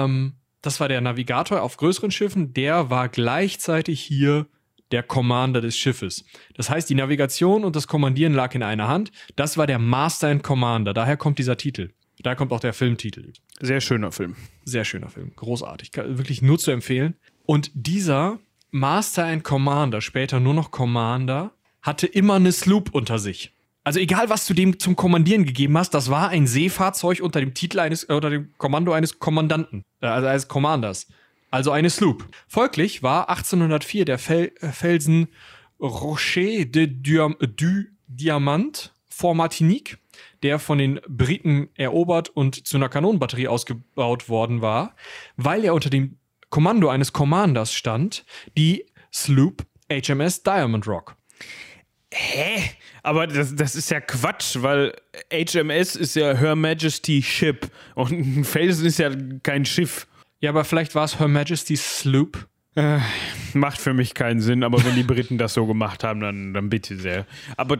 Das war der Navigator auf größeren Schiffen. Der war gleichzeitig hier der Commander des Schiffes. Das heißt, die Navigation und das Kommandieren lag in einer Hand. Das war der Master and Commander. Daher kommt dieser Titel. Daher kommt auch der Filmtitel. Sehr schöner Film. Sehr schöner Film. Großartig. Wirklich nur zu empfehlen. Und dieser Master and Commander, später nur noch Commander, hatte immer eine Sloop unter sich. Also egal, was du dem zum Kommandieren gegeben hast, das war ein Seefahrzeug unter dem Titel unter dem Kommando eines Kommandanten, also eines Commanders. Also eine Sloop. Folglich war 1804 der Felsen Rocher du Diamant vor Martinique, der von den Briten erobert und zu einer Kanonenbatterie ausgebaut worden war, weil er unter dem Kommando eines Commanders stand, die Sloop HMS Diamond Rock. Hä? Aber das ist ja Quatsch, weil HMS ist ja Her Majesty Ship und ein Felsen ist ja kein Schiff. Ja, aber vielleicht war es Her Majesty's Sloop. Macht für mich keinen Sinn, aber wenn die Briten das so gemacht haben, dann bitte sehr. Aber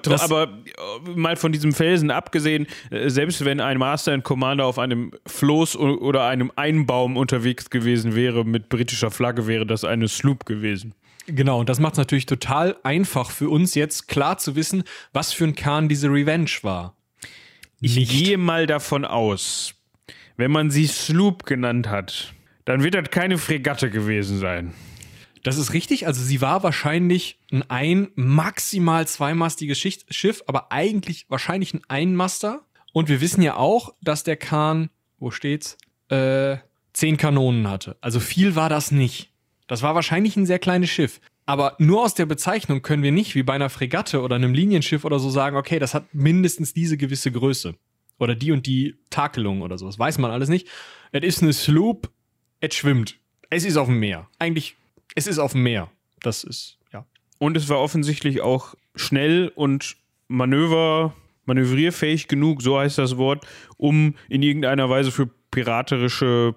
mal von diesem Felsen abgesehen, selbst wenn ein Master and Commander auf einem Floß oder einem Einbaum unterwegs gewesen wäre mit britischer Flagge, wäre das eine Sloop gewesen. Genau, und das macht es natürlich total einfach für uns jetzt klar zu wissen, was für ein Kahn diese Revenge war. Ich gehe mal davon aus, wenn man sie Sloop genannt hat, dann wird das keine Fregatte gewesen sein. Das ist richtig, also sie war wahrscheinlich ein maximal zweimastiges Schiff, aber eigentlich wahrscheinlich ein Einmaster. Und wir wissen ja auch, dass der Kahn, wo steht's, 10 Kanonen hatte. Also viel war das nicht. Das war wahrscheinlich ein sehr kleines Schiff. Aber nur aus der Bezeichnung können wir nicht, wie bei einer Fregatte oder einem Linienschiff oder so sagen, okay, das hat mindestens diese gewisse Größe. Oder die und die Takelung oder so. Das weiß man alles nicht. Es ist eine Sloop, es schwimmt. Es ist auf dem Meer. Eigentlich, es ist auf dem Meer. Das ist, ja. Und es war offensichtlich auch schnell und manövrierfähig genug, so heißt das Wort, um in irgendeiner Weise für piratische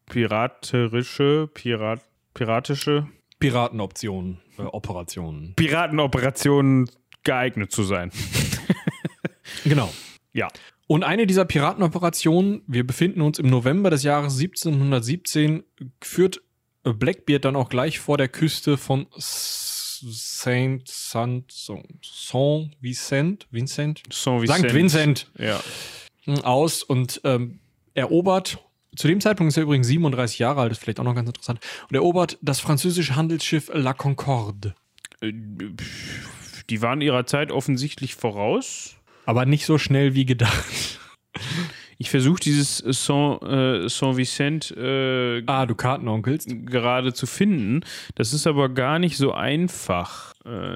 Piratenoperationen geeignet zu sein. Genau. Ja. Und eine dieser Piratenoperationen, wir befinden uns im November des Jahres 1717, führt Blackbeard dann auch gleich vor der Küste von Saint-Vincent Ja. aus und erobert. Zu dem Zeitpunkt ist er übrigens 37 Jahre alt, ist vielleicht auch noch ganz interessant. Und erobert das französische Handelsschiff La Concorde. Die waren ihrer Zeit offensichtlich voraus. Aber nicht so schnell wie gedacht. Ich versuche dieses Saint-Vincent du Kartenonkels gerade zu finden. Das ist aber gar nicht so einfach.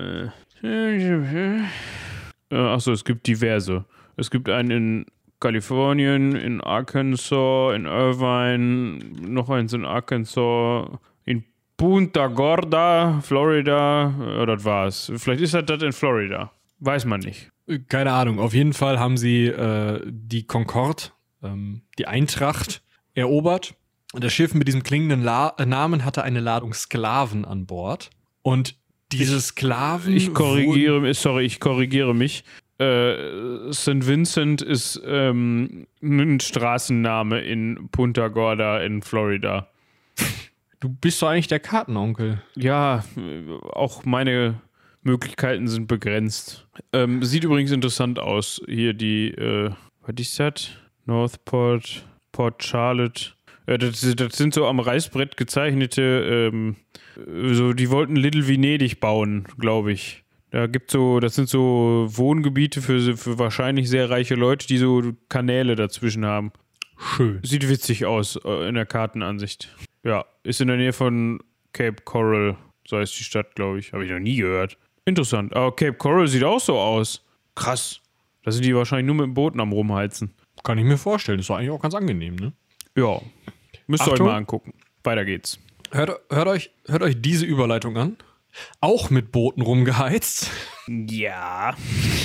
Achso, es gibt diverse. Es gibt einen in Kalifornien, in Arkansas, in Irvine, noch eins in Arkansas, in Punta Gorda, Florida. Das war's. Vielleicht ist das in Florida. Weiß man nicht. Keine Ahnung. Auf jeden Fall haben sie die Concorde, die Eintracht, erobert. Und das Schiff mit diesem klingenden Namen hatte eine Ladung Sklaven an Bord. Und diese Sklaven... Ich korrigiere mich. St. Vincent ist ein Straßenname in Punta Gorda in Florida. Du bist doch eigentlich der Kartenonkel. Ja, auch meine Möglichkeiten sind begrenzt. Sieht übrigens interessant aus. Hier die, was ist das? Northport, Port Charlotte. Das sind so am Reißbrett gezeichnete, die wollten Little Venedig bauen, glaube ich. Das sind so Wohngebiete für wahrscheinlich sehr reiche Leute, die so Kanäle dazwischen haben. Schön. Sieht witzig aus in der Kartenansicht. Ja, ist in der Nähe von Cape Coral, so heißt die Stadt, glaube ich. Habe ich noch nie gehört. Interessant. Aber Cape Coral sieht auch so aus. Krass. Da sind die wahrscheinlich nur mit dem Booten am Rumheizen. Kann ich mir vorstellen. Das war eigentlich auch ganz angenehm, ne? Ja. Müsst ihr euch mal angucken. Weiter geht's. Hört euch diese Überleitung an. Auch mit Booten rumgeheizt. Ja.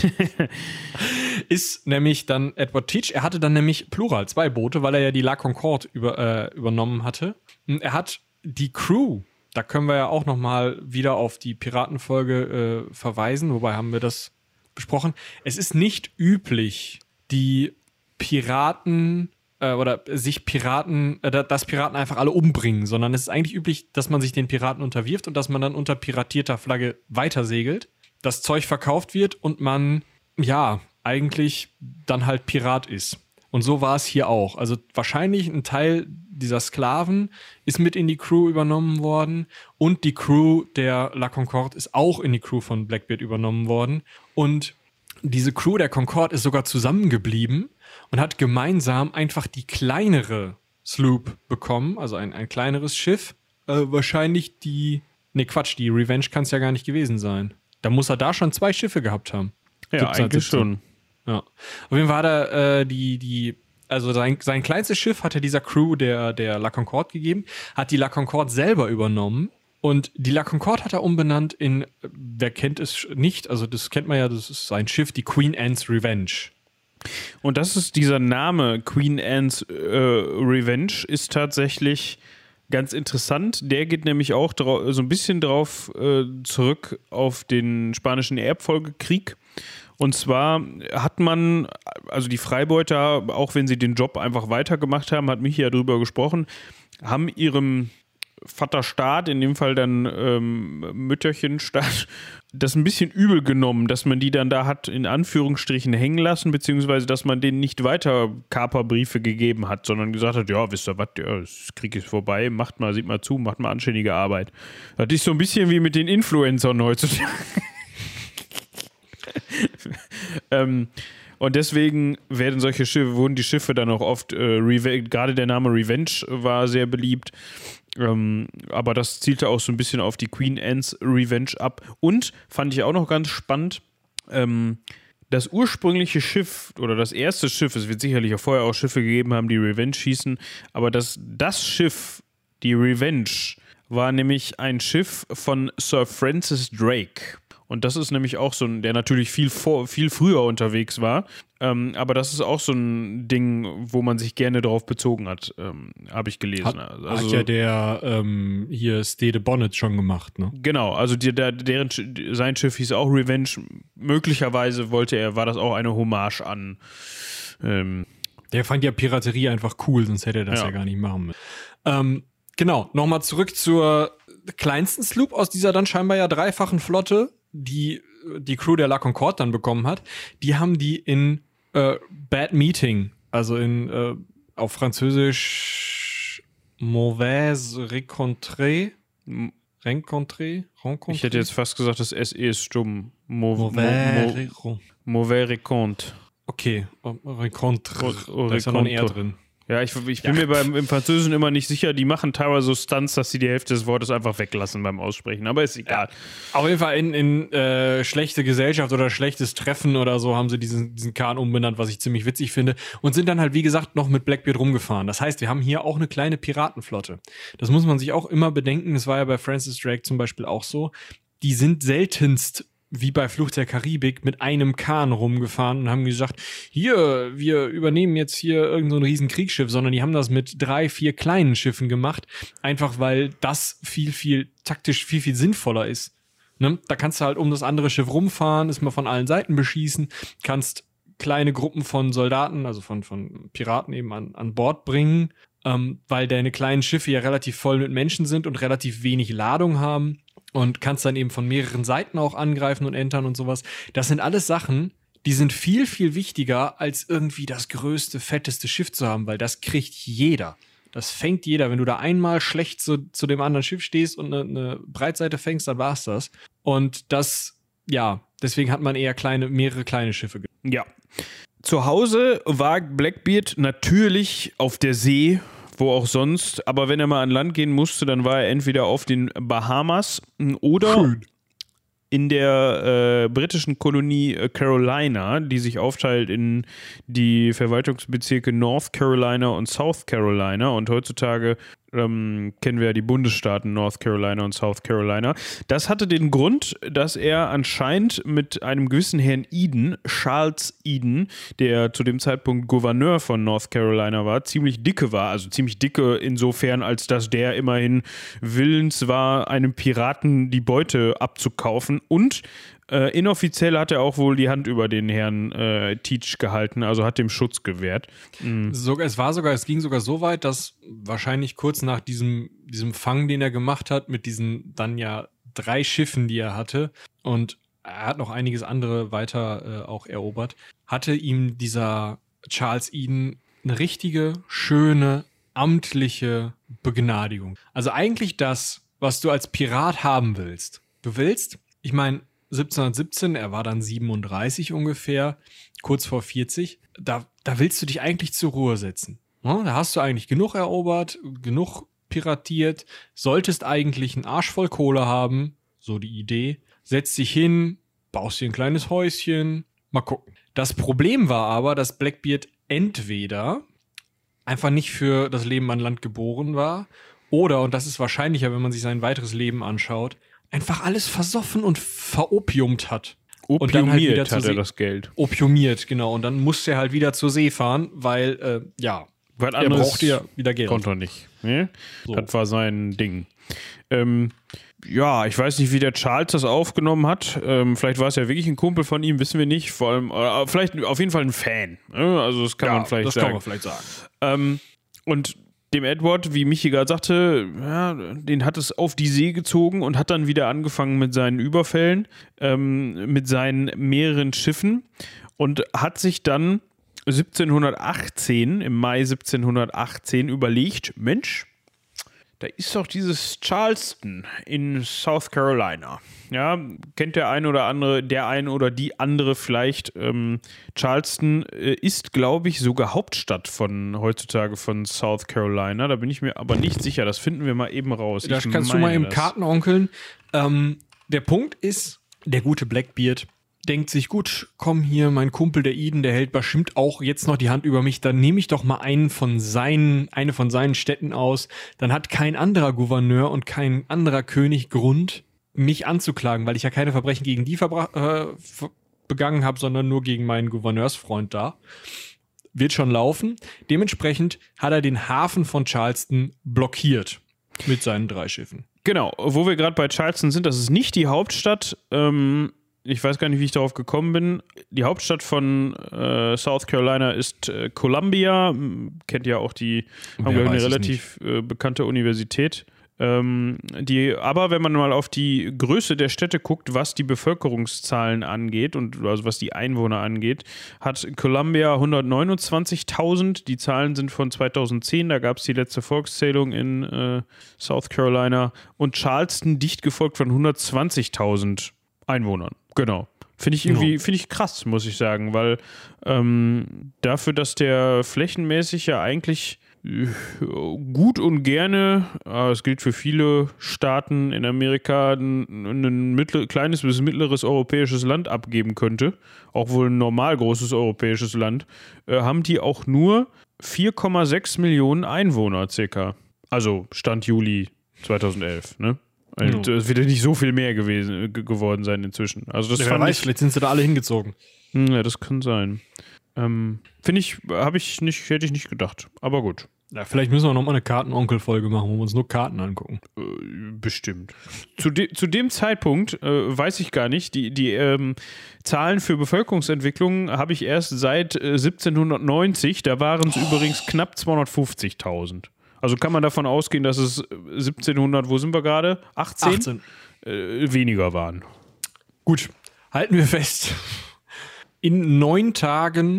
Ist nämlich dann Edward Teach. Er hatte dann nämlich Plural 2 Boote, weil er ja die La Concorde übernommen hatte. Und er hat die Crew, da können wir ja auch nochmal wieder auf die Piratenfolge verweisen, wobei haben wir das besprochen. Es ist nicht üblich, die Piraten dass Piraten einfach alle umbringen, sondern es ist eigentlich üblich, dass man sich den Piraten unterwirft und dass man dann unter piratierter Flagge weitersegelt, das Zeug verkauft wird und man, ja, eigentlich dann halt Pirat ist. Und so war es hier auch. Also wahrscheinlich ein Teil dieser Sklaven ist mit in die Crew übernommen worden und die Crew der La Concorde ist auch in die Crew von Blackbeard übernommen worden. Und diese Crew der Concorde ist sogar zusammengeblieben und hat gemeinsam einfach die kleinere Sloop bekommen, also ein kleineres Schiff. Wahrscheinlich die Revenge kann es ja gar nicht gewesen sein. Da muss er da schon 2 Schiffe gehabt haben. Ja, eigentlich schon. Ja. Auf jeden Fall hat er also sein kleinstes Schiff hat er dieser Crew der La Concorde gegeben, hat die La Concorde selber übernommen und die La Concorde hat er umbenannt in, wer kennt es nicht, also das kennt man ja, das ist sein Schiff, die Queen Anne's Revenge. Und das ist dieser Name, Queen Anne's Revenge, ist tatsächlich ganz interessant. Der geht nämlich auch so ein bisschen drauf zurück auf den spanischen Erbfolgekrieg. Und zwar hat man, also die Freibeuter, auch wenn sie den Job einfach weitergemacht haben, hat Michi ja drüber gesprochen, haben ihrem Vaterstaat, in dem Fall dann Mütterchenstaat, das ein bisschen übel genommen, dass man die dann da hat in Anführungsstrichen hängen lassen, beziehungsweise dass man denen nicht weiter Kaperbriefe gegeben hat, sondern gesagt hat, ja, wisst ihr was, ja, das Krieg ist vorbei, sieht mal zu, macht mal anständige Arbeit. Das ist so ein bisschen wie mit den Influencern heutzutage. Und deswegen wurden die Schiffe dann auch oft, gerade der Name Revenge war sehr beliebt, aber das zielte auch so ein bisschen auf die Queen Anne's Revenge ab. Und, fand ich auch noch ganz spannend, das ursprüngliche Schiff oder das erste Schiff, es wird sicherlich auch vorher auch Schiffe gegeben haben, die Revenge hießen, aber das Schiff, die Revenge, war nämlich ein Schiff von Sir Francis Drake. Und das ist nämlich auch so ein, der natürlich viel früher unterwegs war. Aber das ist auch so ein Ding, wo man sich gerne drauf bezogen hat, habe ich gelesen. Hat ja der hier Stede Bonnet schon gemacht, ne? Genau, also sein Schiff hieß auch Revenge. Möglicherweise war das auch eine Hommage an. Der fand ja Piraterie einfach cool, sonst hätte er das ja gar nicht machen müssen. Genau, nochmal zurück zur kleinsten Sloop aus dieser dann scheinbar ja 3-fachen Flotte, die Crew der La Concorde dann bekommen hat. Die haben die in Bad Meeting, also in auf Französisch Mauvaise Rencontre. Ich hätte jetzt fast gesagt, das SE ist stumm. Mauvais Rencontre. Okay, Rencontre. Da ist ja noch ein R drin. Ja, ich bin mir im Französischen immer nicht sicher. Die machen teilweise so Stunts, dass sie die Hälfte des Wortes einfach weglassen beim Aussprechen. Aber ist egal. Ja. Auf jeden Fall in schlechte Gesellschaft oder schlechtes Treffen oder so haben sie diesen Kahn umbenannt, was ich ziemlich witzig finde. Und sind dann halt, wie gesagt, noch mit Blackbeard rumgefahren. Das heißt, wir haben hier auch eine kleine Piratenflotte. Das muss man sich auch immer bedenken. Das war ja bei Francis Drake zum Beispiel auch so. Die sind seltenst wie bei Fluch der Karibik mit einem Kahn rumgefahren und haben gesagt, hier, wir übernehmen jetzt hier irgend so ein riesen Kriegsschiff, sondern die haben das mit 3-4 kleinen Schiffen gemacht, einfach weil das taktisch viel sinnvoller ist. Ne? Da kannst du halt um das andere Schiff rumfahren, ist mal von allen Seiten beschießen, kannst kleine Gruppen von Soldaten, also von Piraten eben an Bord bringen, weil deine kleinen Schiffe ja relativ voll mit Menschen sind und relativ wenig Ladung haben. Und kannst dann eben von mehreren Seiten auch angreifen und entern und sowas. Das sind alles Sachen, die sind viel wichtiger, als irgendwie das größte, fetteste Schiff zu haben, weil das kriegt jeder. Das fängt jeder. Wenn du da einmal schlecht zu dem anderen Schiff stehst und eine Breitseite fängst, dann war's das. Und das, ja, deswegen hat man eher mehrere kleine Schiffe. Ja. Zu Hause war Blackbeard natürlich auf der See, wo auch sonst, aber wenn er mal an Land gehen musste, dann war er entweder auf den Bahamas oder in der britischen Kolonie Carolina, die sich aufteilt in die Verwaltungsbezirke North Carolina und South Carolina, und heutzutage kennen wir ja die Bundesstaaten North Carolina und South Carolina. Das hatte den Grund, dass er anscheinend mit einem gewissen Herrn Eden, Charles Eden, der zu dem Zeitpunkt Gouverneur von North Carolina war, ziemlich dicke war. Also ziemlich dicke insofern, als dass der immerhin willens war, einem Piraten die Beute abzukaufen, und inoffiziell hat er auch wohl die Hand über den Herrn Teach gehalten, also hat dem Schutz gewährt. Mhm. Es ging sogar so weit, dass wahrscheinlich kurz nach diesem Fang, den er gemacht hat, mit diesen dann ja 3 Schiffen, die er hatte, und er hat noch einiges andere weiter auch erobert, hatte ihm dieser Charles Eden eine richtige, schöne, amtliche Begnadigung. Also eigentlich das, was du als Pirat haben willst. Du willst, ich meine, 1717, er war dann 37 ungefähr, kurz vor 40, da willst du dich eigentlich zur Ruhe setzen. Ja, da hast du eigentlich genug erobert, genug piratiert, solltest eigentlich einen Arsch voll Kohle haben, so die Idee, setzt dich hin, baust dir ein kleines Häuschen, mal gucken. Das Problem war aber, dass Blackbeard entweder einfach nicht für das Leben an Land geboren war oder, und das ist wahrscheinlicher, wenn man sich sein weiteres Leben anschaut, einfach alles versoffen und veropiumt hat. Und dann halt wieder hat er das Geld. Opiumiert, genau. Und dann musste er halt wieder zur See fahren, weil, weil er brauchte ja wieder Geld. Konnte er nicht. Ne? So. Das war sein Ding. Ich weiß nicht, wie der Charles das aufgenommen hat. Vielleicht war es ja wirklich ein Kumpel von ihm, wissen wir nicht. Vor allem, vielleicht auf jeden Fall ein Fan. Also das kann man vielleicht sagen. Kann man vielleicht sagen. Und dem Edward, wie Michi gerade sagte, ja, den hat es auf die See gezogen und hat dann wieder angefangen mit seinen Überfällen, mit seinen mehreren Schiffen, und hat sich dann im Mai 1718 überlegt, Mensch, da ist doch dieses Charleston in South Carolina. Ja, kennt der ein oder die andere vielleicht. Charleston ist, glaube ich, sogar Hauptstadt heutzutage von South Carolina. Da bin ich mir aber nicht sicher. Das finden wir mal eben raus. Das kannst du mal im Kartenonkeln. Der Punkt ist, der gute Blackbeard denkt sich, gut, komm hier, mein Kumpel, der Eden, der hält bestimmt auch jetzt noch die Hand über mich, dann nehme ich doch mal eine von seinen Städten aus, dann hat kein anderer Gouverneur und kein anderer König Grund, mich anzuklagen, weil ich ja keine Verbrechen gegen die begangen habe, sondern nur gegen meinen Gouverneursfreund da. Wird schon laufen. Dementsprechend hat er den Hafen von Charleston blockiert mit seinen 3 Schiffen. Genau, wo wir gerade bei Charleston sind, das ist nicht die Hauptstadt. Ich weiß gar nicht, wie ich darauf gekommen bin. Die Hauptstadt von South Carolina ist Columbia. Kennt ja auch eine relativ bekannte Universität. Aber wenn man mal auf die Größe der Städte guckt, was die Bevölkerungszahlen angeht und also was die Einwohner angeht, hat Columbia 129.000. Die Zahlen sind von 2010, da gab es die letzte Volkszählung in South Carolina. Und Charleston dicht gefolgt von 120.000 Einwohnern. Genau. Finde ich krass, muss ich sagen, weil dafür, dass der flächenmäßig ja eigentlich gut und gerne, es gilt für viele Staaten in Amerika, ein kleines bis mittleres europäisches Land abgeben könnte, auch wohl ein normal großes europäisches Land, haben die auch nur 4,6 Millionen Einwohner circa. Also Stand Juli 2011, ne? Es wird ja nicht so viel mehr geworden sein inzwischen. Also das vielleicht sind sie da alle hingezogen. Ja, das kann sein. Hätte ich nicht gedacht. Aber gut. Ja, vielleicht müssen wir nochmal eine Kartenonkel-Folge machen, wo wir uns nur Karten angucken. Bestimmt. Zu dem Zeitpunkt weiß ich gar nicht, die Zahlen für Bevölkerungsentwicklung habe ich erst seit 1790. Da waren es übrigens knapp 250.000. Also kann man davon ausgehen, dass es 1700, wo sind wir gerade? 18? Weniger waren. Gut, halten wir fest. In 9 Tagen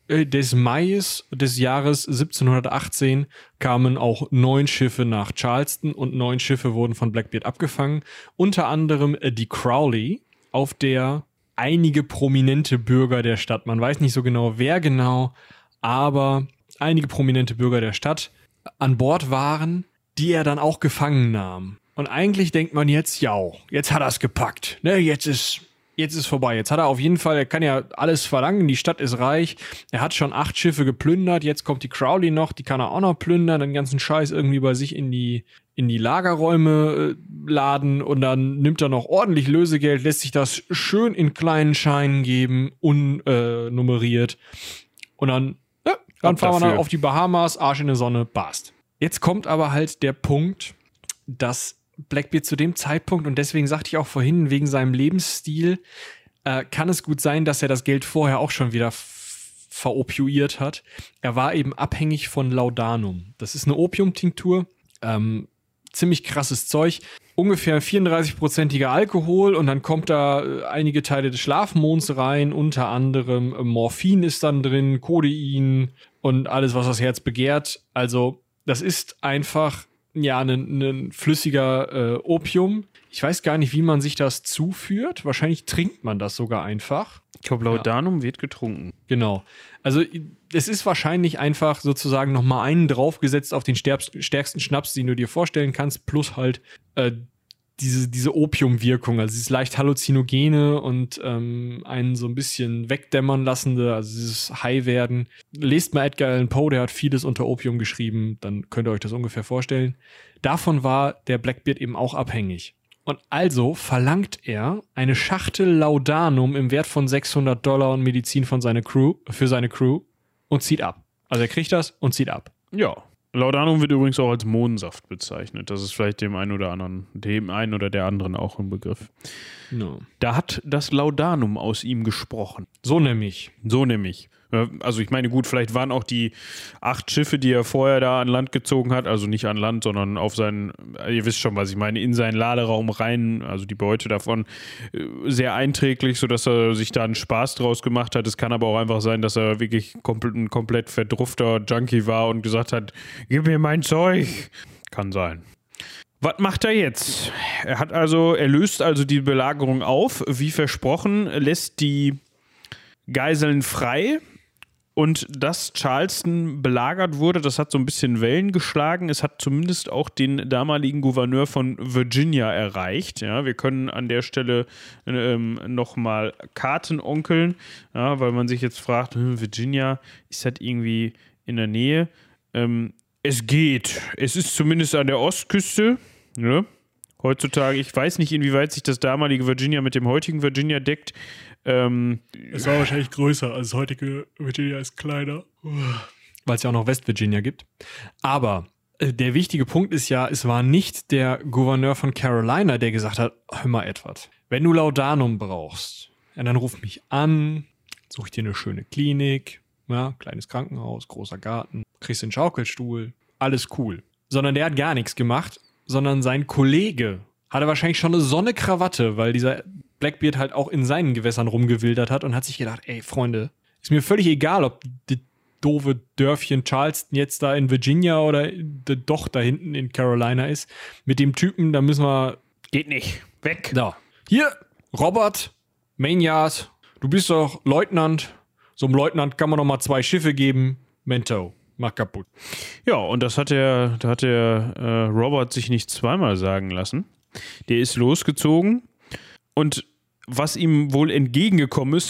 des Mais des Jahres 1718 kamen auch 9 Schiffe nach Charleston und 9 Schiffe wurden von Blackbeard abgefangen. Unter anderem die Crowley, auf der einige prominente Bürger der Stadt, man weiß nicht so genau, wer genau, aber einige prominente Bürger der Stadt an Bord waren, die er dann auch gefangen nahm. Und eigentlich denkt man jetzt, ja, jetzt hat er es gepackt, ne, jetzt ist vorbei. Jetzt hat er auf jeden Fall, er kann ja alles verlangen, die Stadt ist reich, er hat schon 8 Schiffe geplündert, jetzt kommt die Crowley noch, die kann er auch noch plündern, den ganzen Scheiß irgendwie bei sich in die Lagerräume laden und dann nimmt er noch ordentlich Lösegeld, lässt sich das schön in kleinen Scheinen geben, unnummeriert. Und dann fahren wir auf die Bahamas, Arsch in die Sonne, passt. Jetzt kommt aber halt der Punkt, dass Blackbeard zu dem Zeitpunkt, und deswegen sagte ich auch vorhin, wegen seinem Lebensstil, kann es gut sein, dass er das Geld vorher auch schon wieder veropioiert hat. Er war eben abhängig von Laudanum. Das ist eine Opiumtinktur, ziemlich krasses Zeug. Ungefähr 34%iger Alkohol und dann kommt da einige Teile des Schlafmonds rein, unter anderem Morphin ist dann drin, Codein und alles, was das Herz begehrt. Also das ist einfach ein flüssiger Opium. Ich weiß gar nicht, wie man sich das zuführt. Wahrscheinlich trinkt man das sogar einfach. Ich glaube, Laudanum wird getrunken. Genau. Also es ist wahrscheinlich einfach sozusagen nochmal einen draufgesetzt auf den stärksten Schnaps, den du dir vorstellen kannst, plus halt diese Opiumwirkung, also dieses leicht Halluzinogene und einen so ein bisschen wegdämmern lassende, also dieses High-Werden. Lest mal Edgar Allan Poe, der hat vieles unter Opium geschrieben, dann könnt ihr euch das ungefähr vorstellen. Davon war der Blackbeard eben auch abhängig. Und also verlangt er eine Schachtel Laudanum im Wert von $600 und Medizin für seine Crew und zieht ab. Also er kriegt das und zieht ab. Ja. Laudanum wird übrigens auch als Mohnsaft bezeichnet. Das ist vielleicht dem einen oder der anderen auch ein Begriff. No. Da hat das Laudanum aus ihm gesprochen. So nämlich. Also ich meine, gut, vielleicht waren auch die 8 Schiffe, die er vorher da an Land gezogen hat, also nicht an Land, sondern auf seinen, ihr wisst schon, was ich meine, in seinen Laderaum rein, also die Beute davon, sehr einträglich, sodass er sich da einen Spaß draus gemacht hat. Es kann aber auch einfach sein, dass er wirklich ein komplett verdruffter Junkie war und gesagt hat, gib mir mein Zeug. Kann sein. Was macht er jetzt? Er löst also die Belagerung auf, wie versprochen, lässt die Geiseln frei. Und dass Charleston belagert wurde, das hat so ein bisschen Wellen geschlagen. Es hat zumindest auch den damaligen Gouverneur von Virginia erreicht. Ja, wir können an der Stelle nochmal Karten onkeln, ja, weil man sich jetzt fragt, Virginia, ist das irgendwie in der Nähe? Es geht. Es ist zumindest an der Ostküste. Ne? Heutzutage, ich weiß nicht, inwieweit sich das damalige Virginia mit dem heutigen Virginia deckt. Es war wahrscheinlich größer, als das heutige Virginia ist kleiner. Weil es ja auch noch West Virginia gibt. Aber der wichtige Punkt ist ja, es war nicht der Gouverneur von Carolina, der gesagt hat, hör mal Edward, wenn du Laudanum brauchst, ja, dann ruf mich an, such dir eine schöne Klinik, ja, kleines Krankenhaus, großer Garten, kriegst einen Schaukelstuhl, alles cool. Sondern der hat gar nichts gemacht, sondern sein Kollege hatte wahrscheinlich schon eine Sonnekrawatte, weil dieser Blackbeard halt auch in seinen Gewässern rumgewildert hat und hat sich gedacht, ey Freunde, ist mir völlig egal, ob die doofe Dörfchen Charleston jetzt da in Virginia oder doch da hinten in Carolina ist. Mit dem Typen, da müssen wir... Geht nicht. Weg. Da. Hier, Robert Maynard, du bist doch Leutnant. So einem Leutnant kann man noch mal 2 Schiffe geben. Mento, mach kaputt. Ja, und da hat der Robert sich nicht zweimal sagen lassen. Der ist losgezogen. Und was ihm wohl entgegengekommen ist,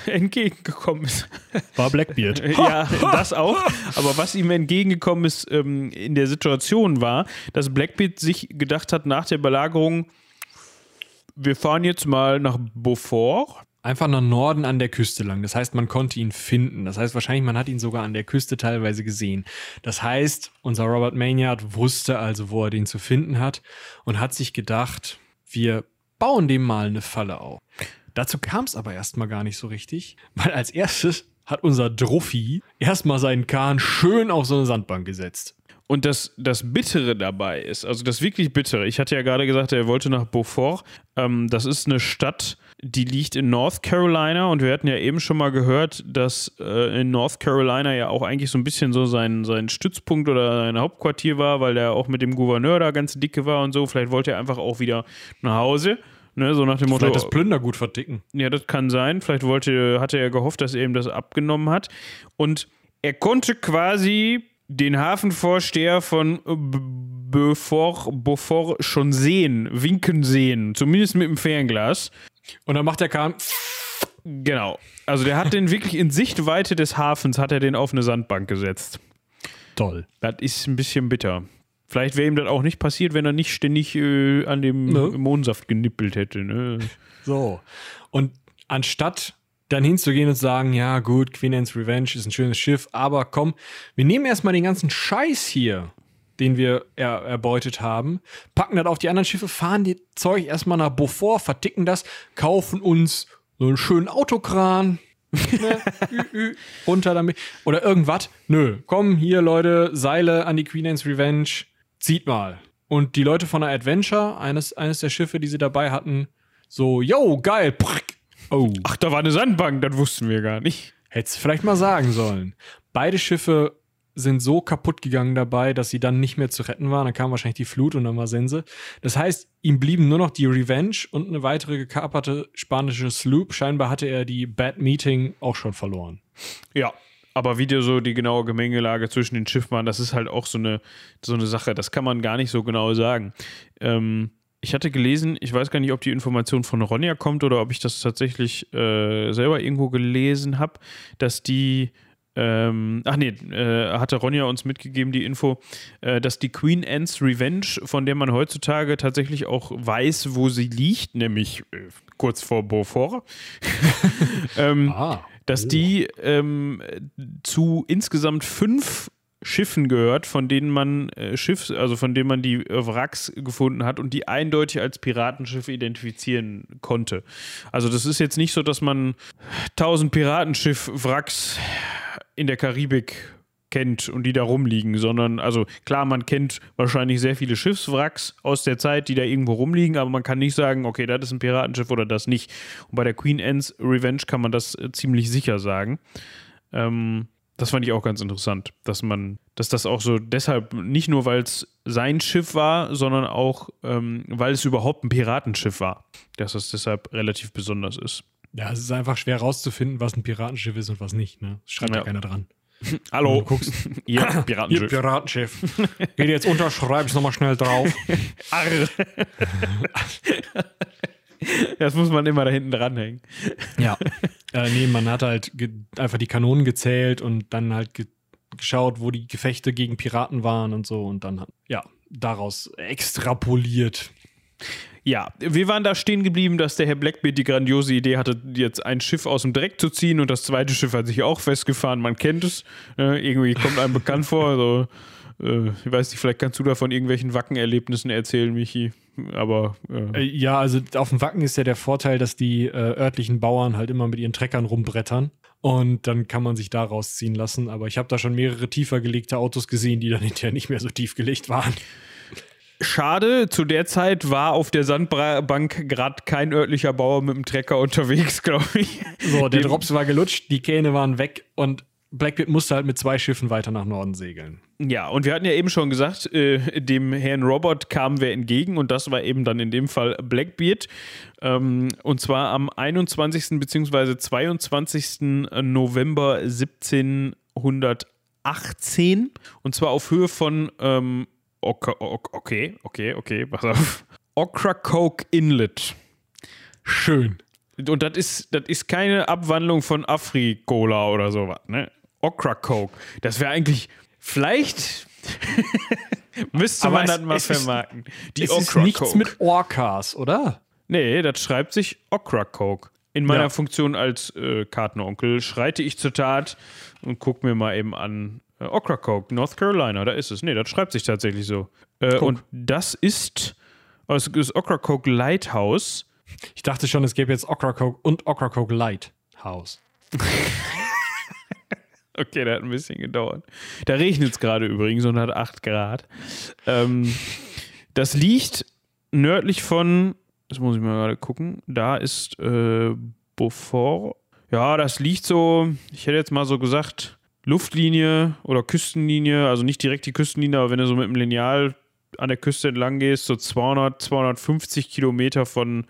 war Blackbeard. Ja, das auch. Aber was ihm entgegengekommen ist in der Situation war, dass Blackbeard sich gedacht hat nach der Belagerung, wir fahren jetzt mal nach Beaufort. Einfach nach Norden an der Küste lang. Das heißt, man konnte ihn finden. Das heißt, wahrscheinlich, man hat ihn sogar an der Küste teilweise gesehen. Das heißt, unser Robert Maynard wusste also, wo er den zu finden hat und hat sich gedacht, wir bauen dem mal eine Falle auf. Dazu kam es aber erstmal gar nicht so richtig, weil als erstes hat unser Druffi erstmal seinen Kahn schön auf so eine Sandbank gesetzt. Und das Bittere dabei ist, also das wirklich Bittere, ich hatte ja gerade gesagt, er wollte nach Beaufort, das ist eine Stadt, die liegt in North Carolina und wir hatten ja eben schon mal gehört, dass in North Carolina ja auch eigentlich so ein bisschen so sein Stützpunkt oder sein Hauptquartier war, weil der auch mit dem Gouverneur da ganz dicke war und so, vielleicht wollte er einfach auch wieder nach Hause. Ne, so nach dem Motto, vielleicht das Plündergut verdicken. Ja, das kann sein. Vielleicht hatte er gehofft, dass er ihm das abgenommen hat. Und er konnte quasi den Hafenvorsteher von Beaufort schon winken sehen. Zumindest mit dem Fernglas. Und dann macht der Kahn. Genau. Also der hat den wirklich in Sichtweite des Hafens, hat er den auf eine Sandbank gesetzt. Toll. Das ist ein bisschen bitter. Vielleicht wäre ihm das auch nicht passiert, wenn er nicht ständig an dem Mohnsaft genippelt hätte. Ne? So. Und anstatt dann hinzugehen und sagen, ja gut, Queen Anne's Revenge ist ein schönes Schiff, aber komm, wir nehmen erstmal den ganzen Scheiß hier, den wir erbeutet haben, packen das auf die anderen Schiffe, fahren die Zeug erstmal nach Beaufort, verticken das, kaufen uns so einen schönen Autokran, ne? Runter damit. Oder irgendwas. Nö, komm hier Leute, Seile an die Queen Anne's Revenge, zieht mal. Und die Leute von der Adventure, eines der Schiffe, die sie dabei hatten, so, yo, geil, oh. Ach, da war eine Sandbank, das wussten wir gar nicht. Hättest vielleicht mal sagen sollen. Beide Schiffe sind so kaputt gegangen dabei, dass sie dann nicht mehr zu retten waren. Dann kam wahrscheinlich die Flut und dann war Sense. Das heißt, ihm blieben nur noch die Revenge und eine weitere gekaperte spanische Sloop. Scheinbar hatte er die Bad Meeting auch schon verloren. Ja, aber wie so die genaue Gemengelage zwischen den Schiffen war, das ist halt auch so eine Sache. Das kann man gar nicht so genau sagen. Ich hatte gelesen, ich weiß gar nicht, ob die Information von Ronja kommt oder ob ich das tatsächlich selber irgendwo gelesen habe, dass die hatte Ronja uns mitgegeben, die Info, dass die Queen Anne's Revenge, von der man heutzutage tatsächlich auch weiß, wo sie liegt, nämlich kurz vor Beaufort, dass die zu insgesamt 5 Schiffen gehört, von denen man die Wracks gefunden hat und die eindeutig als Piratenschiffe identifizieren konnte. Also das ist jetzt nicht so, dass man 1000 Piratenschiff-Wracks in der Karibik kennt und die da rumliegen, sondern, also klar, man kennt wahrscheinlich sehr viele Schiffswracks aus der Zeit, die da irgendwo rumliegen, aber man kann nicht sagen, okay, das ist ein Piratenschiff oder das nicht. Und bei der Queen Anne's Revenge kann man das ziemlich sicher sagen. Das fand ich auch ganz interessant, dass das auch so deshalb, nicht nur weil es sein Schiff war, sondern auch, weil es überhaupt ein Piratenschiff war, dass es deshalb relativ besonders ist. Ja, es ist einfach schwer rauszufinden, was ein Piratenschiff ist und was nicht, ne? Das schreibt ja keiner dran. Hallo. Du guckst, ja, Piratenschiff. Hier, Piratenschiff. Geht jetzt unter, schreib's nochmal schnell drauf. Arr. Das muss man immer da hinten dranhängen. Ja. Nee, man hat halt einfach die Kanonen gezählt und dann halt geschaut, wo die Gefechte gegen Piraten waren und so und dann daraus extrapoliert. Ja, wir waren da stehen geblieben, dass der Herr Blackbeard die grandiose Idee hatte, jetzt ein Schiff aus dem Dreck zu ziehen und das zweite Schiff hat sich auch festgefahren. Man kennt es. Irgendwie kommt einem bekannt vor. Also, ich weiß nicht, vielleicht kannst du da von irgendwelchen Wacken-Erlebnissen erzählen, Michi. Aber ja, also auf dem Wacken ist ja der Vorteil, dass die örtlichen Bauern halt immer mit ihren Treckern rumbrettern. Und dann kann man sich da rausziehen lassen. Aber ich habe da schon mehrere tiefer gelegte Autos gesehen, die dann hinterher nicht mehr so tief gelegt waren. Schade, zu der Zeit war auf der Sandbank gerade kein örtlicher Bauer mit dem Trecker unterwegs, glaube ich. So, der Drops war gelutscht, die Kähne waren weg und Blackbeard musste halt mit 2 Schiffen weiter nach Norden segeln. Ja, und wir hatten ja eben schon gesagt, dem Herrn Robert kamen wir entgegen und das war eben dann in dem Fall Blackbeard. Und zwar am 21. bzw. 22. November 1718 und zwar auf Höhe von Okay, pass auf. Ocracoke Inlet. Schön. Und das ist keine Abwandlung von Afrikola oder sowas, ne? Ocracoke. Das wäre eigentlich, vielleicht müsste man das mal vermarkten. Die Ocracoke. Ist nichts mit Orcas, oder? Nee, das schreibt sich Ocracoke. In meiner Funktion als Kartenonkel schreite ich zur Tat und guck mir mal eben an. Ocracoke, North Carolina, da ist es. Nee, das schreibt sich tatsächlich so. Und das ist das Ocracoke Lighthouse. Ich dachte schon, es gäbe jetzt Ocracoke und Ocracoke Lighthouse. Okay, der hat ein bisschen gedauert. Da regnet es gerade übrigens und hat 8 Grad. Das liegt nördlich von, das muss ich mal gerade gucken, da ist Beaufort. Ja, das liegt so, ich hätte jetzt mal so gesagt, Luftlinie oder Küstenlinie, also nicht direkt die Küstenlinie, aber wenn du so mit dem Lineal an der Küste entlang gehst, so 250 Kilometer von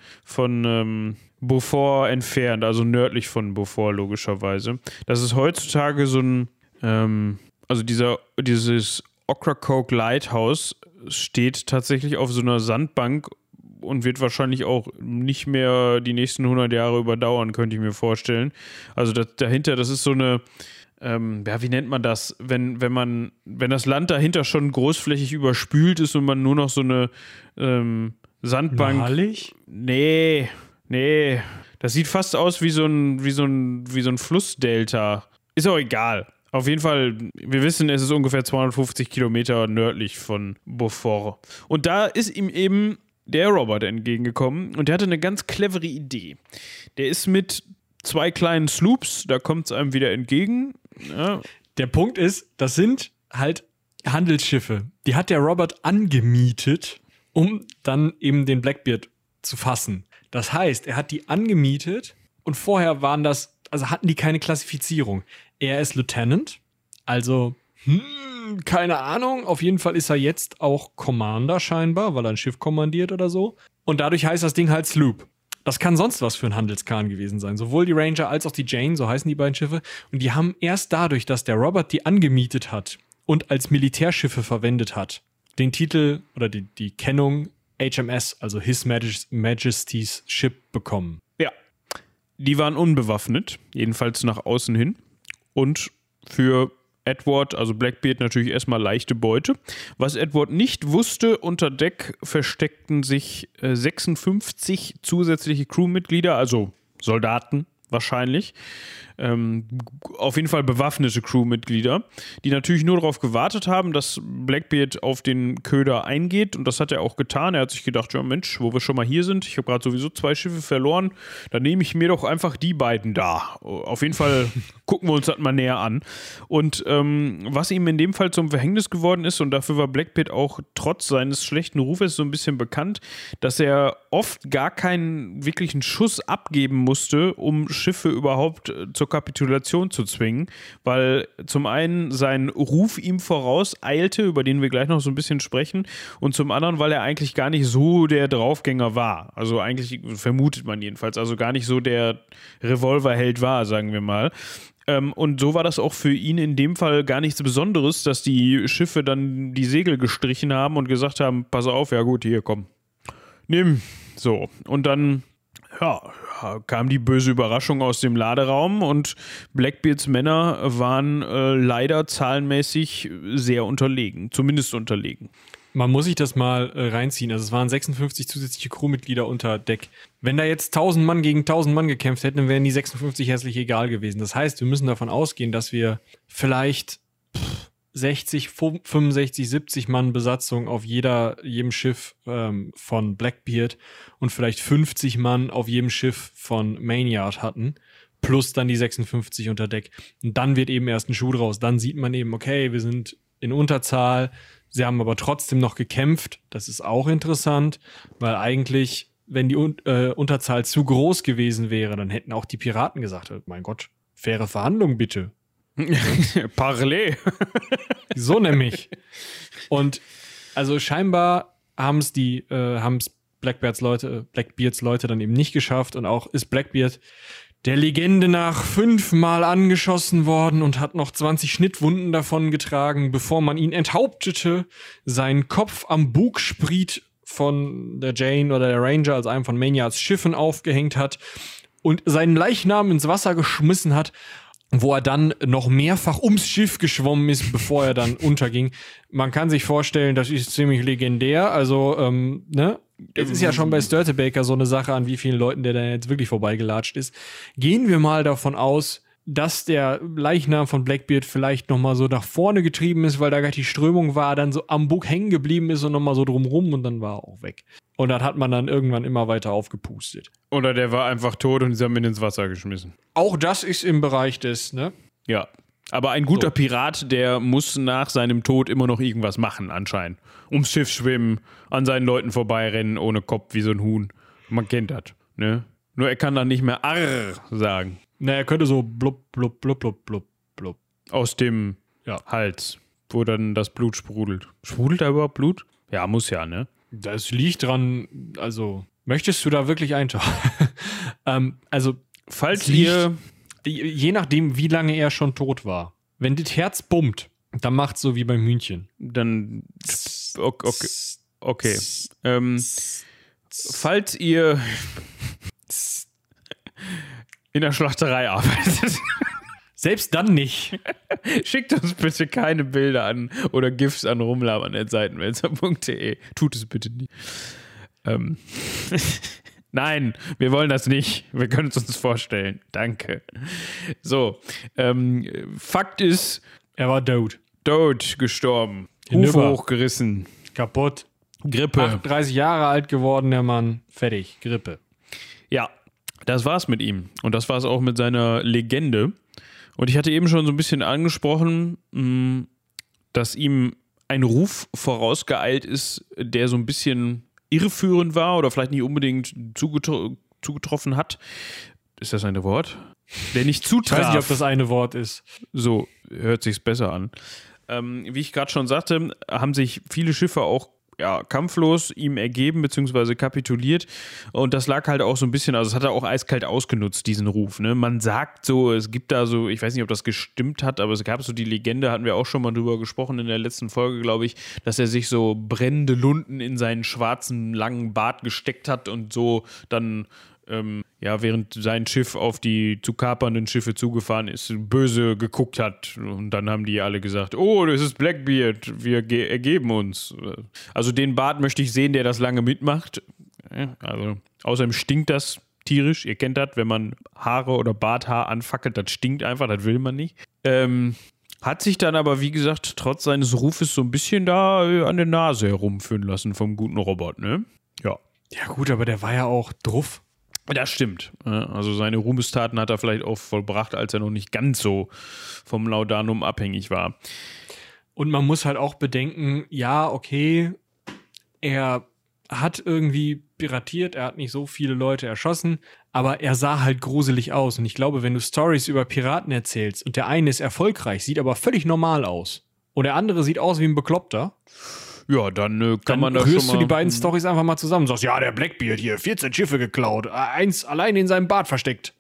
Beaufort entfernt, also nördlich von Beaufort logischerweise. Das ist heutzutage so ein, also dieses Ocracoke Lighthouse steht tatsächlich auf so einer Sandbank und wird wahrscheinlich auch nicht mehr die nächsten 100 Jahre überdauern, könnte ich mir vorstellen. Also dahinter, das ist so eine, wie nennt man das, wenn das Land dahinter schon großflächig überspült ist und man nur noch so eine Sandbank. Malig? Nee. Das sieht fast aus wie so ein Flussdelta. Ist auch egal. Auf jeden Fall, wir wissen, es ist ungefähr 250 Kilometer nördlich von Beaufort. Und da ist ihm eben der Robert entgegengekommen und der hatte eine ganz clevere Idee. Der ist mit 2 kleinen Sloops, da kommt es einem wieder entgegen. Ja. Der Punkt ist, das sind halt Handelsschiffe. Die hat der Robert angemietet, um dann eben den Blackbeard zu fassen. Das heißt, er hat die angemietet und vorher hatten die keine Klassifizierung. Er ist Lieutenant, also keine Ahnung. Auf jeden Fall ist er jetzt auch Commander scheinbar, weil er ein Schiff kommandiert oder so. Und dadurch heißt das Ding halt Sloop. Das kann sonst was für ein Handelskahn gewesen sein. Sowohl die Ranger als auch die Jane, so heißen die beiden Schiffe. Und die haben erst dadurch, dass der Robert die angemietet hat und als Militärschiffe verwendet hat, den Titel oder die Kennung HMS, also His Majesty's Ship, bekommen. Ja, die waren unbewaffnet, jedenfalls nach außen hin. Und für Edward, also Blackbeard, natürlich erstmal leichte Beute. Was Edward nicht wusste, unter Deck versteckten sich 56 zusätzliche Crewmitglieder, also Soldaten wahrscheinlich. Auf jeden Fall bewaffnete Crewmitglieder, die natürlich nur darauf gewartet haben, dass Blackbeard auf den Köder eingeht, und das hat er auch getan. Er hat sich gedacht, ja Mensch, wo wir schon mal hier sind, ich habe gerade sowieso 2 Schiffe verloren, dann nehme ich mir doch einfach die beiden da. Auf jeden Fall gucken wir uns das mal näher an. Und was ihm in dem Fall zum Verhängnis geworden ist, und dafür war Blackbeard auch trotz seines schlechten Rufes so ein bisschen bekannt, dass er oft gar keinen wirklichen Schuss abgeben musste, um Schiffe überhaupt zur Kapitulation zu zwingen, weil zum einen sein Ruf ihm vorauseilte, über den wir gleich noch so ein bisschen sprechen, und zum anderen, weil er eigentlich gar nicht so der Draufgänger war. Also eigentlich vermutet man jedenfalls, also gar nicht so der Revolverheld war, sagen wir mal. Und so war das auch für ihn in dem Fall gar nichts Besonderes, dass die Schiffe dann die Segel gestrichen haben und gesagt haben, pass auf, ja gut, hier, komm, nimm. So, und dann kam die böse Überraschung aus dem Laderaum und Blackbeards Männer waren leider zahlenmäßig sehr unterlegen, zumindest unterlegen. Man muss sich das mal reinziehen. Also es waren 56 zusätzliche Crewmitglieder unter Deck. Wenn da jetzt 1000 Mann gegen 1000 Mann gekämpft hätten, dann wären die 56 herzlich egal gewesen. Das heißt, wir müssen davon ausgehen, dass wir vielleicht 60, 65, 70 Mann Besatzung auf jedem Schiff von Blackbeard und vielleicht 50 Mann auf jedem Schiff von Maynard hatten, plus dann die 56 unter Deck. Und dann wird eben erst ein Schuh draus. Dann sieht man eben, okay, wir sind in Unterzahl, sie haben aber trotzdem noch gekämpft. Das ist auch interessant, weil eigentlich, wenn die Unterzahl zu groß gewesen wäre, dann hätten auch die Piraten gesagt, mein Gott, faire Verhandlung bitte. Parlez. So nämlich. Und also scheinbar haben es Blackbeards Leute dann eben nicht geschafft, und auch ist Blackbeard der Legende nach 5-mal angeschossen worden und hat noch 20 Schnittwunden davon getragen, bevor man ihn enthauptete, seinen Kopf am Bugspriet von der Jane oder der Ranger, also einem von Maynards Schiffen, aufgehängt hat und seinen Leichnam ins Wasser geschmissen hat, wo er dann noch mehrfach ums Schiff geschwommen ist, bevor er dann unterging. Man kann sich vorstellen, das ist ziemlich legendär. Also, es ist ja schon bei Störtebaker so eine Sache, an wie vielen Leuten der da jetzt wirklich vorbeigelatscht ist. Gehen wir mal davon aus, dass der Leichnam von Blackbeard vielleicht nochmal so nach vorne getrieben ist, weil da gleich die Strömung war, dann so am Bug hängen geblieben ist und nochmal so drumrum, und dann war er auch weg. Und dann hat man dann irgendwann immer weiter aufgepustet. Oder der war einfach tot und sie haben ihn ins Wasser geschmissen. Auch das ist im Bereich des, ne? Ja. Aber ein guter Pirat, der muss nach seinem Tod immer noch irgendwas machen, anscheinend. Ums Schiff schwimmen, an seinen Leuten vorbeirennen, ohne Kopf wie so ein Huhn. Man kennt das, ne? Nur er kann dann nicht mehr Arr sagen. Na, er könnte so blub, blub, blub, blub, blub, blub. Aus dem Hals, wo dann das Blut sprudelt. Sprudelt da überhaupt Blut? Ja, muss ja, ne? Das liegt dran, also, möchtest du da wirklich eintauchen? Also, falls ihr, je nachdem, wie lange er schon tot war, wenn das Herz pumpt, dann macht's so wie beim Hühnchen. Dann, okay. Falls ihr in der Schlachterei arbeitet. Selbst dann nicht. Schickt uns bitte keine Bilder an oder GIFs an rumlabern@seitenwälzer.de. Tut es bitte nicht. Nein, wir wollen das nicht. Wir können es uns vorstellen. Danke. So, Fakt ist, er war tot. Tot, gestorben. Hufe hochgerissen. Kaputt. Grippe. 38 Jahre alt geworden, der Mann. Fertig. Grippe. Ja, das war's mit ihm. Und das war's auch mit seiner Legende. Und ich hatte eben schon so ein bisschen angesprochen, dass ihm ein Ruf vorausgeeilt ist, der so ein bisschen irreführend war oder vielleicht nicht unbedingt zugetroffen hat. Ist das ein Wort? Der nicht zutraf. Ich weiß nicht, ob das eine Wort ist. So hört sich's besser an. Wie ich gerade schon sagte, haben sich viele Schiffe auch kampflos ihm ergeben bzw. kapituliert und das lag halt auch so ein bisschen, also es hat er auch eiskalt ausgenutzt, diesen Ruf, ne? Man sagt so, es gibt da so, ich weiß nicht, ob das gestimmt hat, aber es gab so die Legende, hatten wir auch schon mal drüber gesprochen in der letzten Folge, glaube ich, dass er sich so brennende Lunden in seinen schwarzen, langen Bart gesteckt hat und so dann während sein Schiff auf die zu kapernden Schiffe zugefahren ist, böse geguckt hat. Und dann haben die alle gesagt, oh, das ist Blackbeard, wir ergeben uns. Also den Bart möchte ich sehen, der das lange mitmacht. Also außerdem stinkt das tierisch. Ihr kennt das, wenn man Haare oder Barthaar anfackelt, das stinkt einfach, das will man nicht. Hat sich dann aber, wie gesagt, trotz seines Rufes so ein bisschen da an der Nase herumführen lassen vom guten Robert, ne? Ja. Ja gut, aber der war ja auch druff. Das stimmt. Also seine Ruhmestaten hat er vielleicht auch vollbracht, als er noch nicht ganz so vom Laudanum abhängig war. Und man muss halt auch bedenken, ja, okay, er hat irgendwie piratiert, er hat nicht so viele Leute erschossen, aber er sah halt gruselig aus. Und ich glaube, wenn du Storys über Piraten erzählst und der eine ist erfolgreich, sieht aber völlig normal aus und der andere sieht aus wie ein Bekloppter, ja, dann kann man da schon mal... rührst du die beiden Storys einfach mal zusammen und sagst, ja, der Blackbeard hier, 14 Schiffe geklaut, eins allein in seinem Bart versteckt.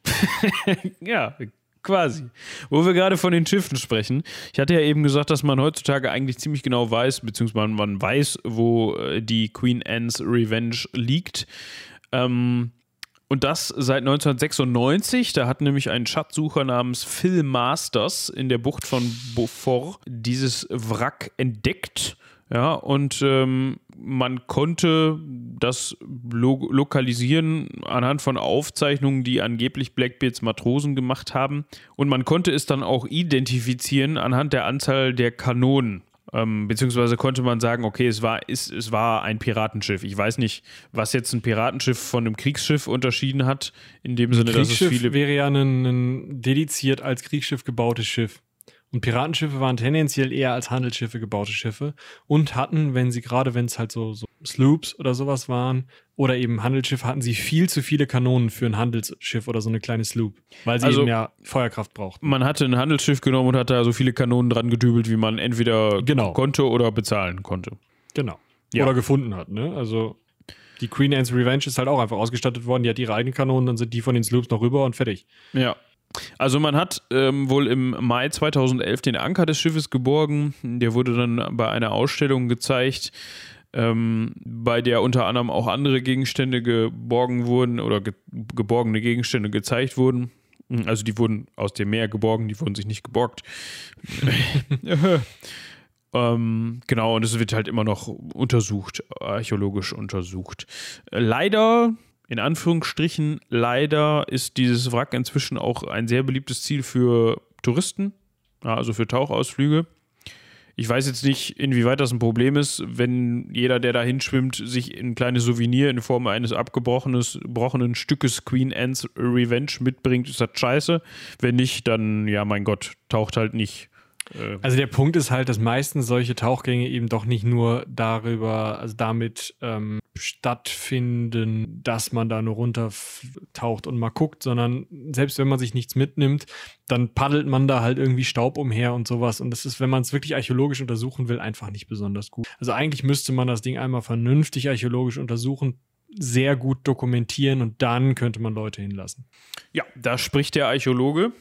Ja, quasi. Wo wir gerade von den Schiffen sprechen. Ich hatte ja eben gesagt, dass man heutzutage eigentlich ziemlich genau weiß, beziehungsweise man weiß, wo die Queen Anne's Revenge liegt. Und das seit 1996. Da hat nämlich ein Schatzsucher namens Phil Masters in der Bucht von Beaufort dieses Wrack entdeckt. Ja, und man konnte das lokalisieren anhand von Aufzeichnungen, die angeblich Blackbeards Matrosen gemacht haben. Und man konnte es dann auch identifizieren anhand der Anzahl der Kanonen. Beziehungsweise konnte man sagen, okay, es war ein Piratenschiff. Ich weiß nicht, was jetzt ein Piratenschiff von einem Kriegsschiff unterschieden hat. In dem Sinne, dass es viele... wäre ja ein dediziert als Kriegsschiff gebautes Schiff. Und Piratenschiffe waren tendenziell eher als Handelsschiffe gebaute Schiffe und hatten, wenn es halt so Sloops oder sowas waren oder eben Handelsschiffe, hatten sie viel zu viele Kanonen für ein Handelsschiff oder so eine kleine Sloop, weil sie eben ja Feuerkraft brauchten. Man hatte ein Handelsschiff genommen und hat da so viele Kanonen dran gedübelt, wie man entweder konnte oder bezahlen konnte. Genau. Ja. Oder gefunden hat, ne? Also die Queen Anne's Revenge ist halt auch einfach ausgestattet worden, die hat ihre eigenen Kanonen, dann sind die von den Sloops noch rüber und fertig. Ja. Also man hat wohl im Mai 2011 den Anker des Schiffes geborgen. Der wurde dann bei einer Ausstellung gezeigt, bei der unter anderem auch andere Gegenstände geborgen wurden oder geborgene Gegenstände gezeigt wurden. Also die wurden aus dem Meer geborgen, die wurden sich nicht geborgt. Genau, und es wird halt immer noch untersucht, archäologisch untersucht. Leider... In Anführungsstrichen, leider ist dieses Wrack inzwischen auch ein sehr beliebtes Ziel für Touristen, also für Tauchausflüge. Ich weiß jetzt nicht, inwieweit das ein Problem ist, wenn jeder, der da hinschwimmt, sich ein kleines Souvenir in Form eines abgebrochenen Stückes Queen Anne's Revenge mitbringt, ist das scheiße. Wenn nicht, dann, ja, mein Gott, taucht halt nicht. Also der Punkt ist halt, dass meistens solche Tauchgänge eben doch nicht nur damit stattfinden, dass man da nur runtertaucht und mal guckt, sondern selbst wenn man sich nichts mitnimmt, dann paddelt man da halt irgendwie Staub umher und sowas. Und das ist, wenn man es wirklich archäologisch untersuchen will, einfach nicht besonders gut. Also eigentlich müsste man das Ding einmal vernünftig archäologisch untersuchen, sehr gut dokumentieren und dann könnte man Leute hinlassen. Ja, da spricht der Archäologe.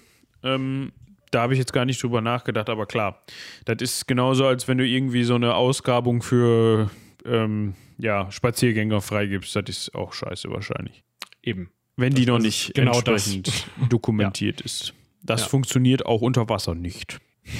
Da habe ich jetzt gar nicht drüber nachgedacht, aber klar, das ist genauso, als wenn du irgendwie so eine Ausgrabung für Spaziergänger freigibst. Das ist auch scheiße wahrscheinlich. Eben. Wenn die noch nicht genau entsprechend dokumentiert ist. Das funktioniert auch unter Wasser nicht.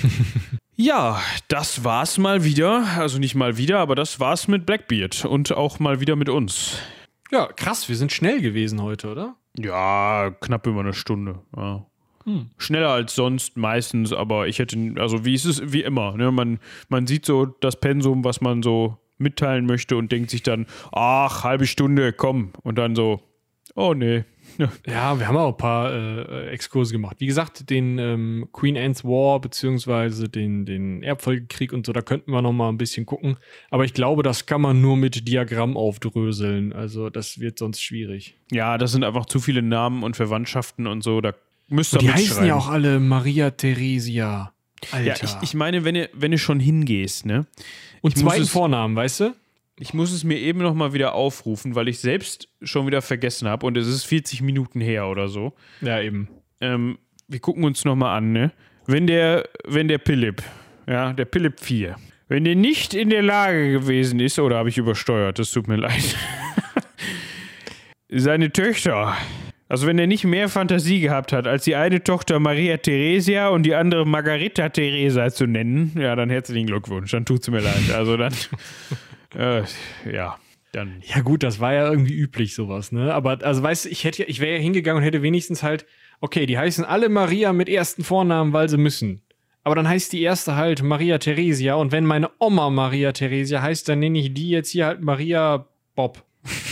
Ja, das war's mal wieder. Also nicht mal wieder, aber das war's mit Blackbeard und auch mal wieder mit uns. Ja, krass, wir sind schnell gewesen heute, oder? Ja, knapp über eine Stunde, ja. Schneller als sonst meistens, aber ich hätte, also wie ist es wie immer, ne? Man sieht so das Pensum, was man so mitteilen möchte und denkt sich dann, ach, halbe Stunde, komm. Und dann so, oh nee. Ja, wir haben auch ein paar Exkurse gemacht. Wie gesagt, den Queen Anne's War beziehungsweise den Erbfolgekrieg und so, da könnten wir noch mal ein bisschen gucken. Aber ich glaube, das kann man nur mit Diagramm aufdröseln. Also das wird sonst schwierig. Ja, das sind einfach zu viele Namen und Verwandtschaften und so, da müsst ihr die heißen ja auch alle Maria Theresia. Alter. Ja, ich meine, wenn du schon hingehst, ne? Und zweiten Vornamen, weißt du? Ich muss es mir eben noch mal wieder aufrufen, weil ich selbst schon wieder vergessen habe und es ist 40 Minuten her oder so. Ja, eben. Wir gucken uns noch mal an, ne? Wenn der Philipp, ja, der Philipp 4, wenn der nicht in der Lage gewesen ist, oder habe ich übersteuert, das tut mir leid, seine Töchter, also wenn er nicht mehr Fantasie gehabt hat, als die eine Tochter Maria Theresia und die andere Margarita Teresa zu nennen, ja, dann herzlichen Glückwunsch, dann tut's mir leid. Also dann, dann. Ja gut, das war ja irgendwie üblich sowas, ne? Aber also weißt du, ich wäre ja hingegangen und hätte wenigstens halt, okay, die heißen alle Maria mit ersten Vornamen, weil sie müssen. Aber dann heißt die erste halt Maria Theresia und wenn meine Oma Maria Theresia heißt, dann nenne ich die jetzt hier halt Maria Bob.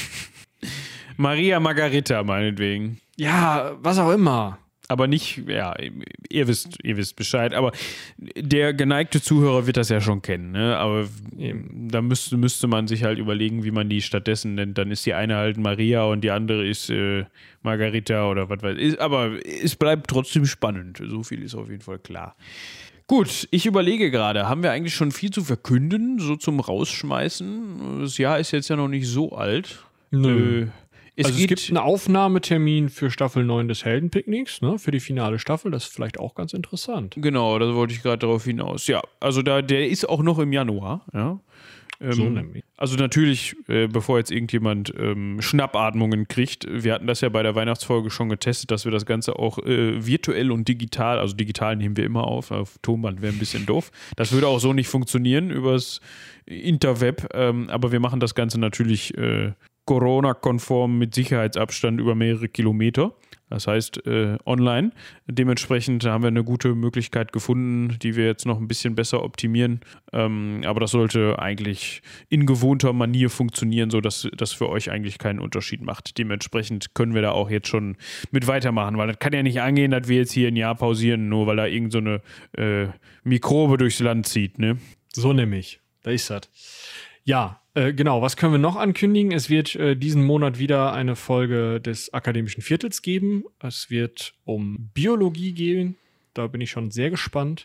Maria Margarita, meinetwegen. Ja, was auch immer. Aber nicht, ja, ihr wisst Bescheid, aber der geneigte Zuhörer wird das ja schon kennen, ne? Aber da müsste man sich halt überlegen, wie man die stattdessen nennt. Dann ist die eine halt Maria und die andere ist Margarita oder was weiß ich. Aber es bleibt trotzdem spannend. So viel ist auf jeden Fall klar. Gut, ich überlege gerade, haben wir eigentlich schon viel zu verkünden, so zum Rausschmeißen? Das Jahr ist jetzt ja noch nicht so alt. Nö. Es gibt einen Aufnahmetermin für Staffel 9 des Heldenpicknicks, ne, für die finale Staffel. Das ist vielleicht auch ganz interessant. Genau, da wollte ich gerade darauf hinaus. Ja, also der ist auch noch im Januar. Ja. So nämlich. Also natürlich, bevor jetzt irgendjemand Schnappatmungen kriegt, wir hatten das ja bei der Weihnachtsfolge schon getestet, dass wir das Ganze auch virtuell und digital, also digital nehmen wir immer auf Tonband wäre ein bisschen doof. Das würde auch so nicht funktionieren übers Interweb, aber wir machen das Ganze natürlich Corona-konform mit Sicherheitsabstand über mehrere Kilometer. Das heißt online. Dementsprechend haben wir eine gute Möglichkeit gefunden, die wir jetzt noch ein bisschen besser optimieren. Aber das sollte eigentlich in gewohnter Manier funktionieren, sodass das für euch eigentlich keinen Unterschied macht. Dementsprechend können wir da auch jetzt schon mit weitermachen, weil das kann ja nicht angehen, dass wir jetzt hier ein Jahr pausieren, nur weil da irgend so eine Mikrobe durchs Land zieht. Ne? So nämlich. Da ist das. Ja, genau. Was können wir noch ankündigen? Es wird diesen Monat wieder eine Folge des Akademischen Viertels geben. Es wird um Biologie gehen. Da bin ich schon sehr gespannt.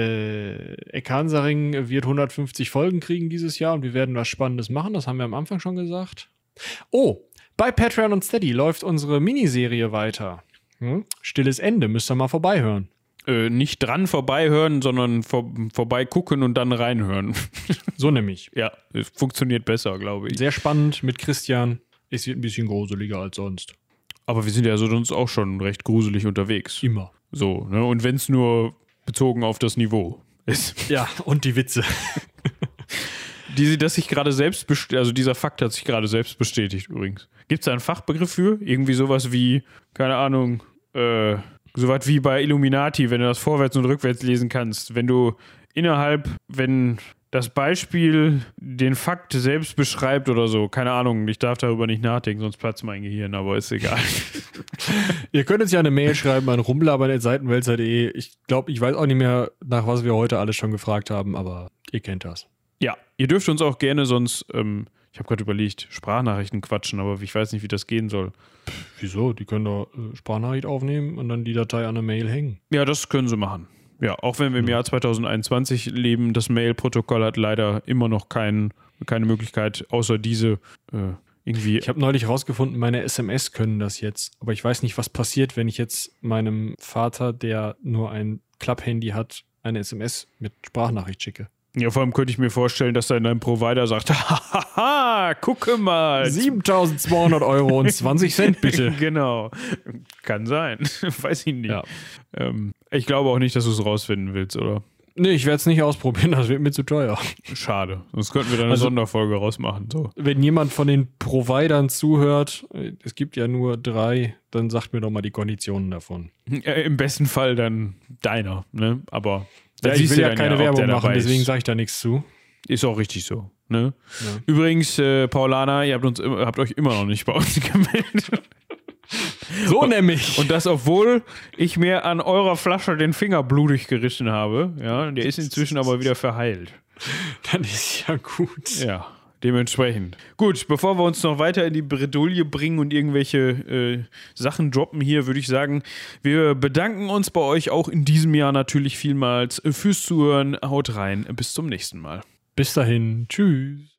Eckhansaring wird 150 Folgen kriegen dieses Jahr und wir werden was Spannendes machen. Das haben wir am Anfang schon gesagt. Oh, bei Patreon und Steady läuft unsere Miniserie weiter. Stilles Ende, müsst ihr mal vorbeihören. Nicht dran vorbeihören, sondern vorbeigucken und dann reinhören. So nämlich. Ja, es funktioniert besser, glaube ich. Sehr spannend mit Christian. Es wird ein bisschen gruseliger als sonst. Aber wir sind ja sonst auch schon recht gruselig unterwegs. Immer. So, ne? Und wenn es nur bezogen auf das Niveau ist. Ja, und die Witze. Dieser Fakt hat sich gerade selbst bestätigt übrigens. Gibt es da einen Fachbegriff für? Irgendwie sowas wie, keine Ahnung, sowas wie bei Illuminati, wenn du das vorwärts und rückwärts lesen kannst. Wenn du innerhalb, wenn das Beispiel den Fakt selbst beschreibt oder so, keine Ahnung, ich darf darüber nicht nachdenken, sonst platzt mein Gehirn, aber ist egal. Ihr könnt uns ja eine Mail schreiben an rumlabern@seitenwälzer.de. Ich glaube, ich weiß auch nicht mehr, nach was wir heute alles schon gefragt haben, aber ihr kennt das. Ja, ihr dürft uns auch gerne sonst, ich habe gerade überlegt, Sprachnachrichten quatschen, aber ich weiß nicht, wie das gehen soll. Wieso? Die können doch Sprachnachricht aufnehmen und dann die Datei an eine Mail hängen. Ja, das können sie machen. Ja, auch wenn wir im Jahr 2021 leben, das Mail-Protokoll hat leider immer noch keine Möglichkeit, außer diese irgendwie. Ich habe neulich rausgefunden, meine SMS können das jetzt. Aber ich weiß nicht, was passiert, wenn ich jetzt meinem Vater, der nur ein Klapp-Handy hat, eine SMS mit Sprachnachricht schicke. Ja, vor allem könnte ich mir vorstellen, dass dann dein Provider sagt, hahaha, gucke mal. 7.200 Euro und 20 Cent bitte. Genau. Kann sein. Weiß ich nicht. Ja. Ich glaube auch nicht, dass du es rausfinden willst, oder? Nee, ich werde es nicht ausprobieren, das wird mir zu teuer. Schade. Sonst könnten wir da eine Sonderfolge rausmachen. So. Wenn jemand von den Providern zuhört, es gibt ja nur 3, dann sagt mir doch mal die Konditionen davon. Im besten Fall dann deiner, ne? Aber ja, ich will ja keine Werbung machen, deswegen sage ich da nichts zu. Ist auch richtig so, ne? Ja. Übrigens, Paulana, ihr habt euch immer noch nicht bei uns gemeldet. So nämlich. Und das, obwohl ich mir an eurer Flasche den Finger blutig gerissen habe. Ja, der ist inzwischen aber wieder verheilt. Dann ist ja gut. Ja, dementsprechend. Gut, bevor wir uns noch weiter in die Bredouille bringen und irgendwelche Sachen droppen hier, würde ich sagen, wir bedanken uns bei euch auch in diesem Jahr natürlich vielmals fürs Zuhören. Haut rein, bis zum nächsten Mal. Bis dahin, tschüss.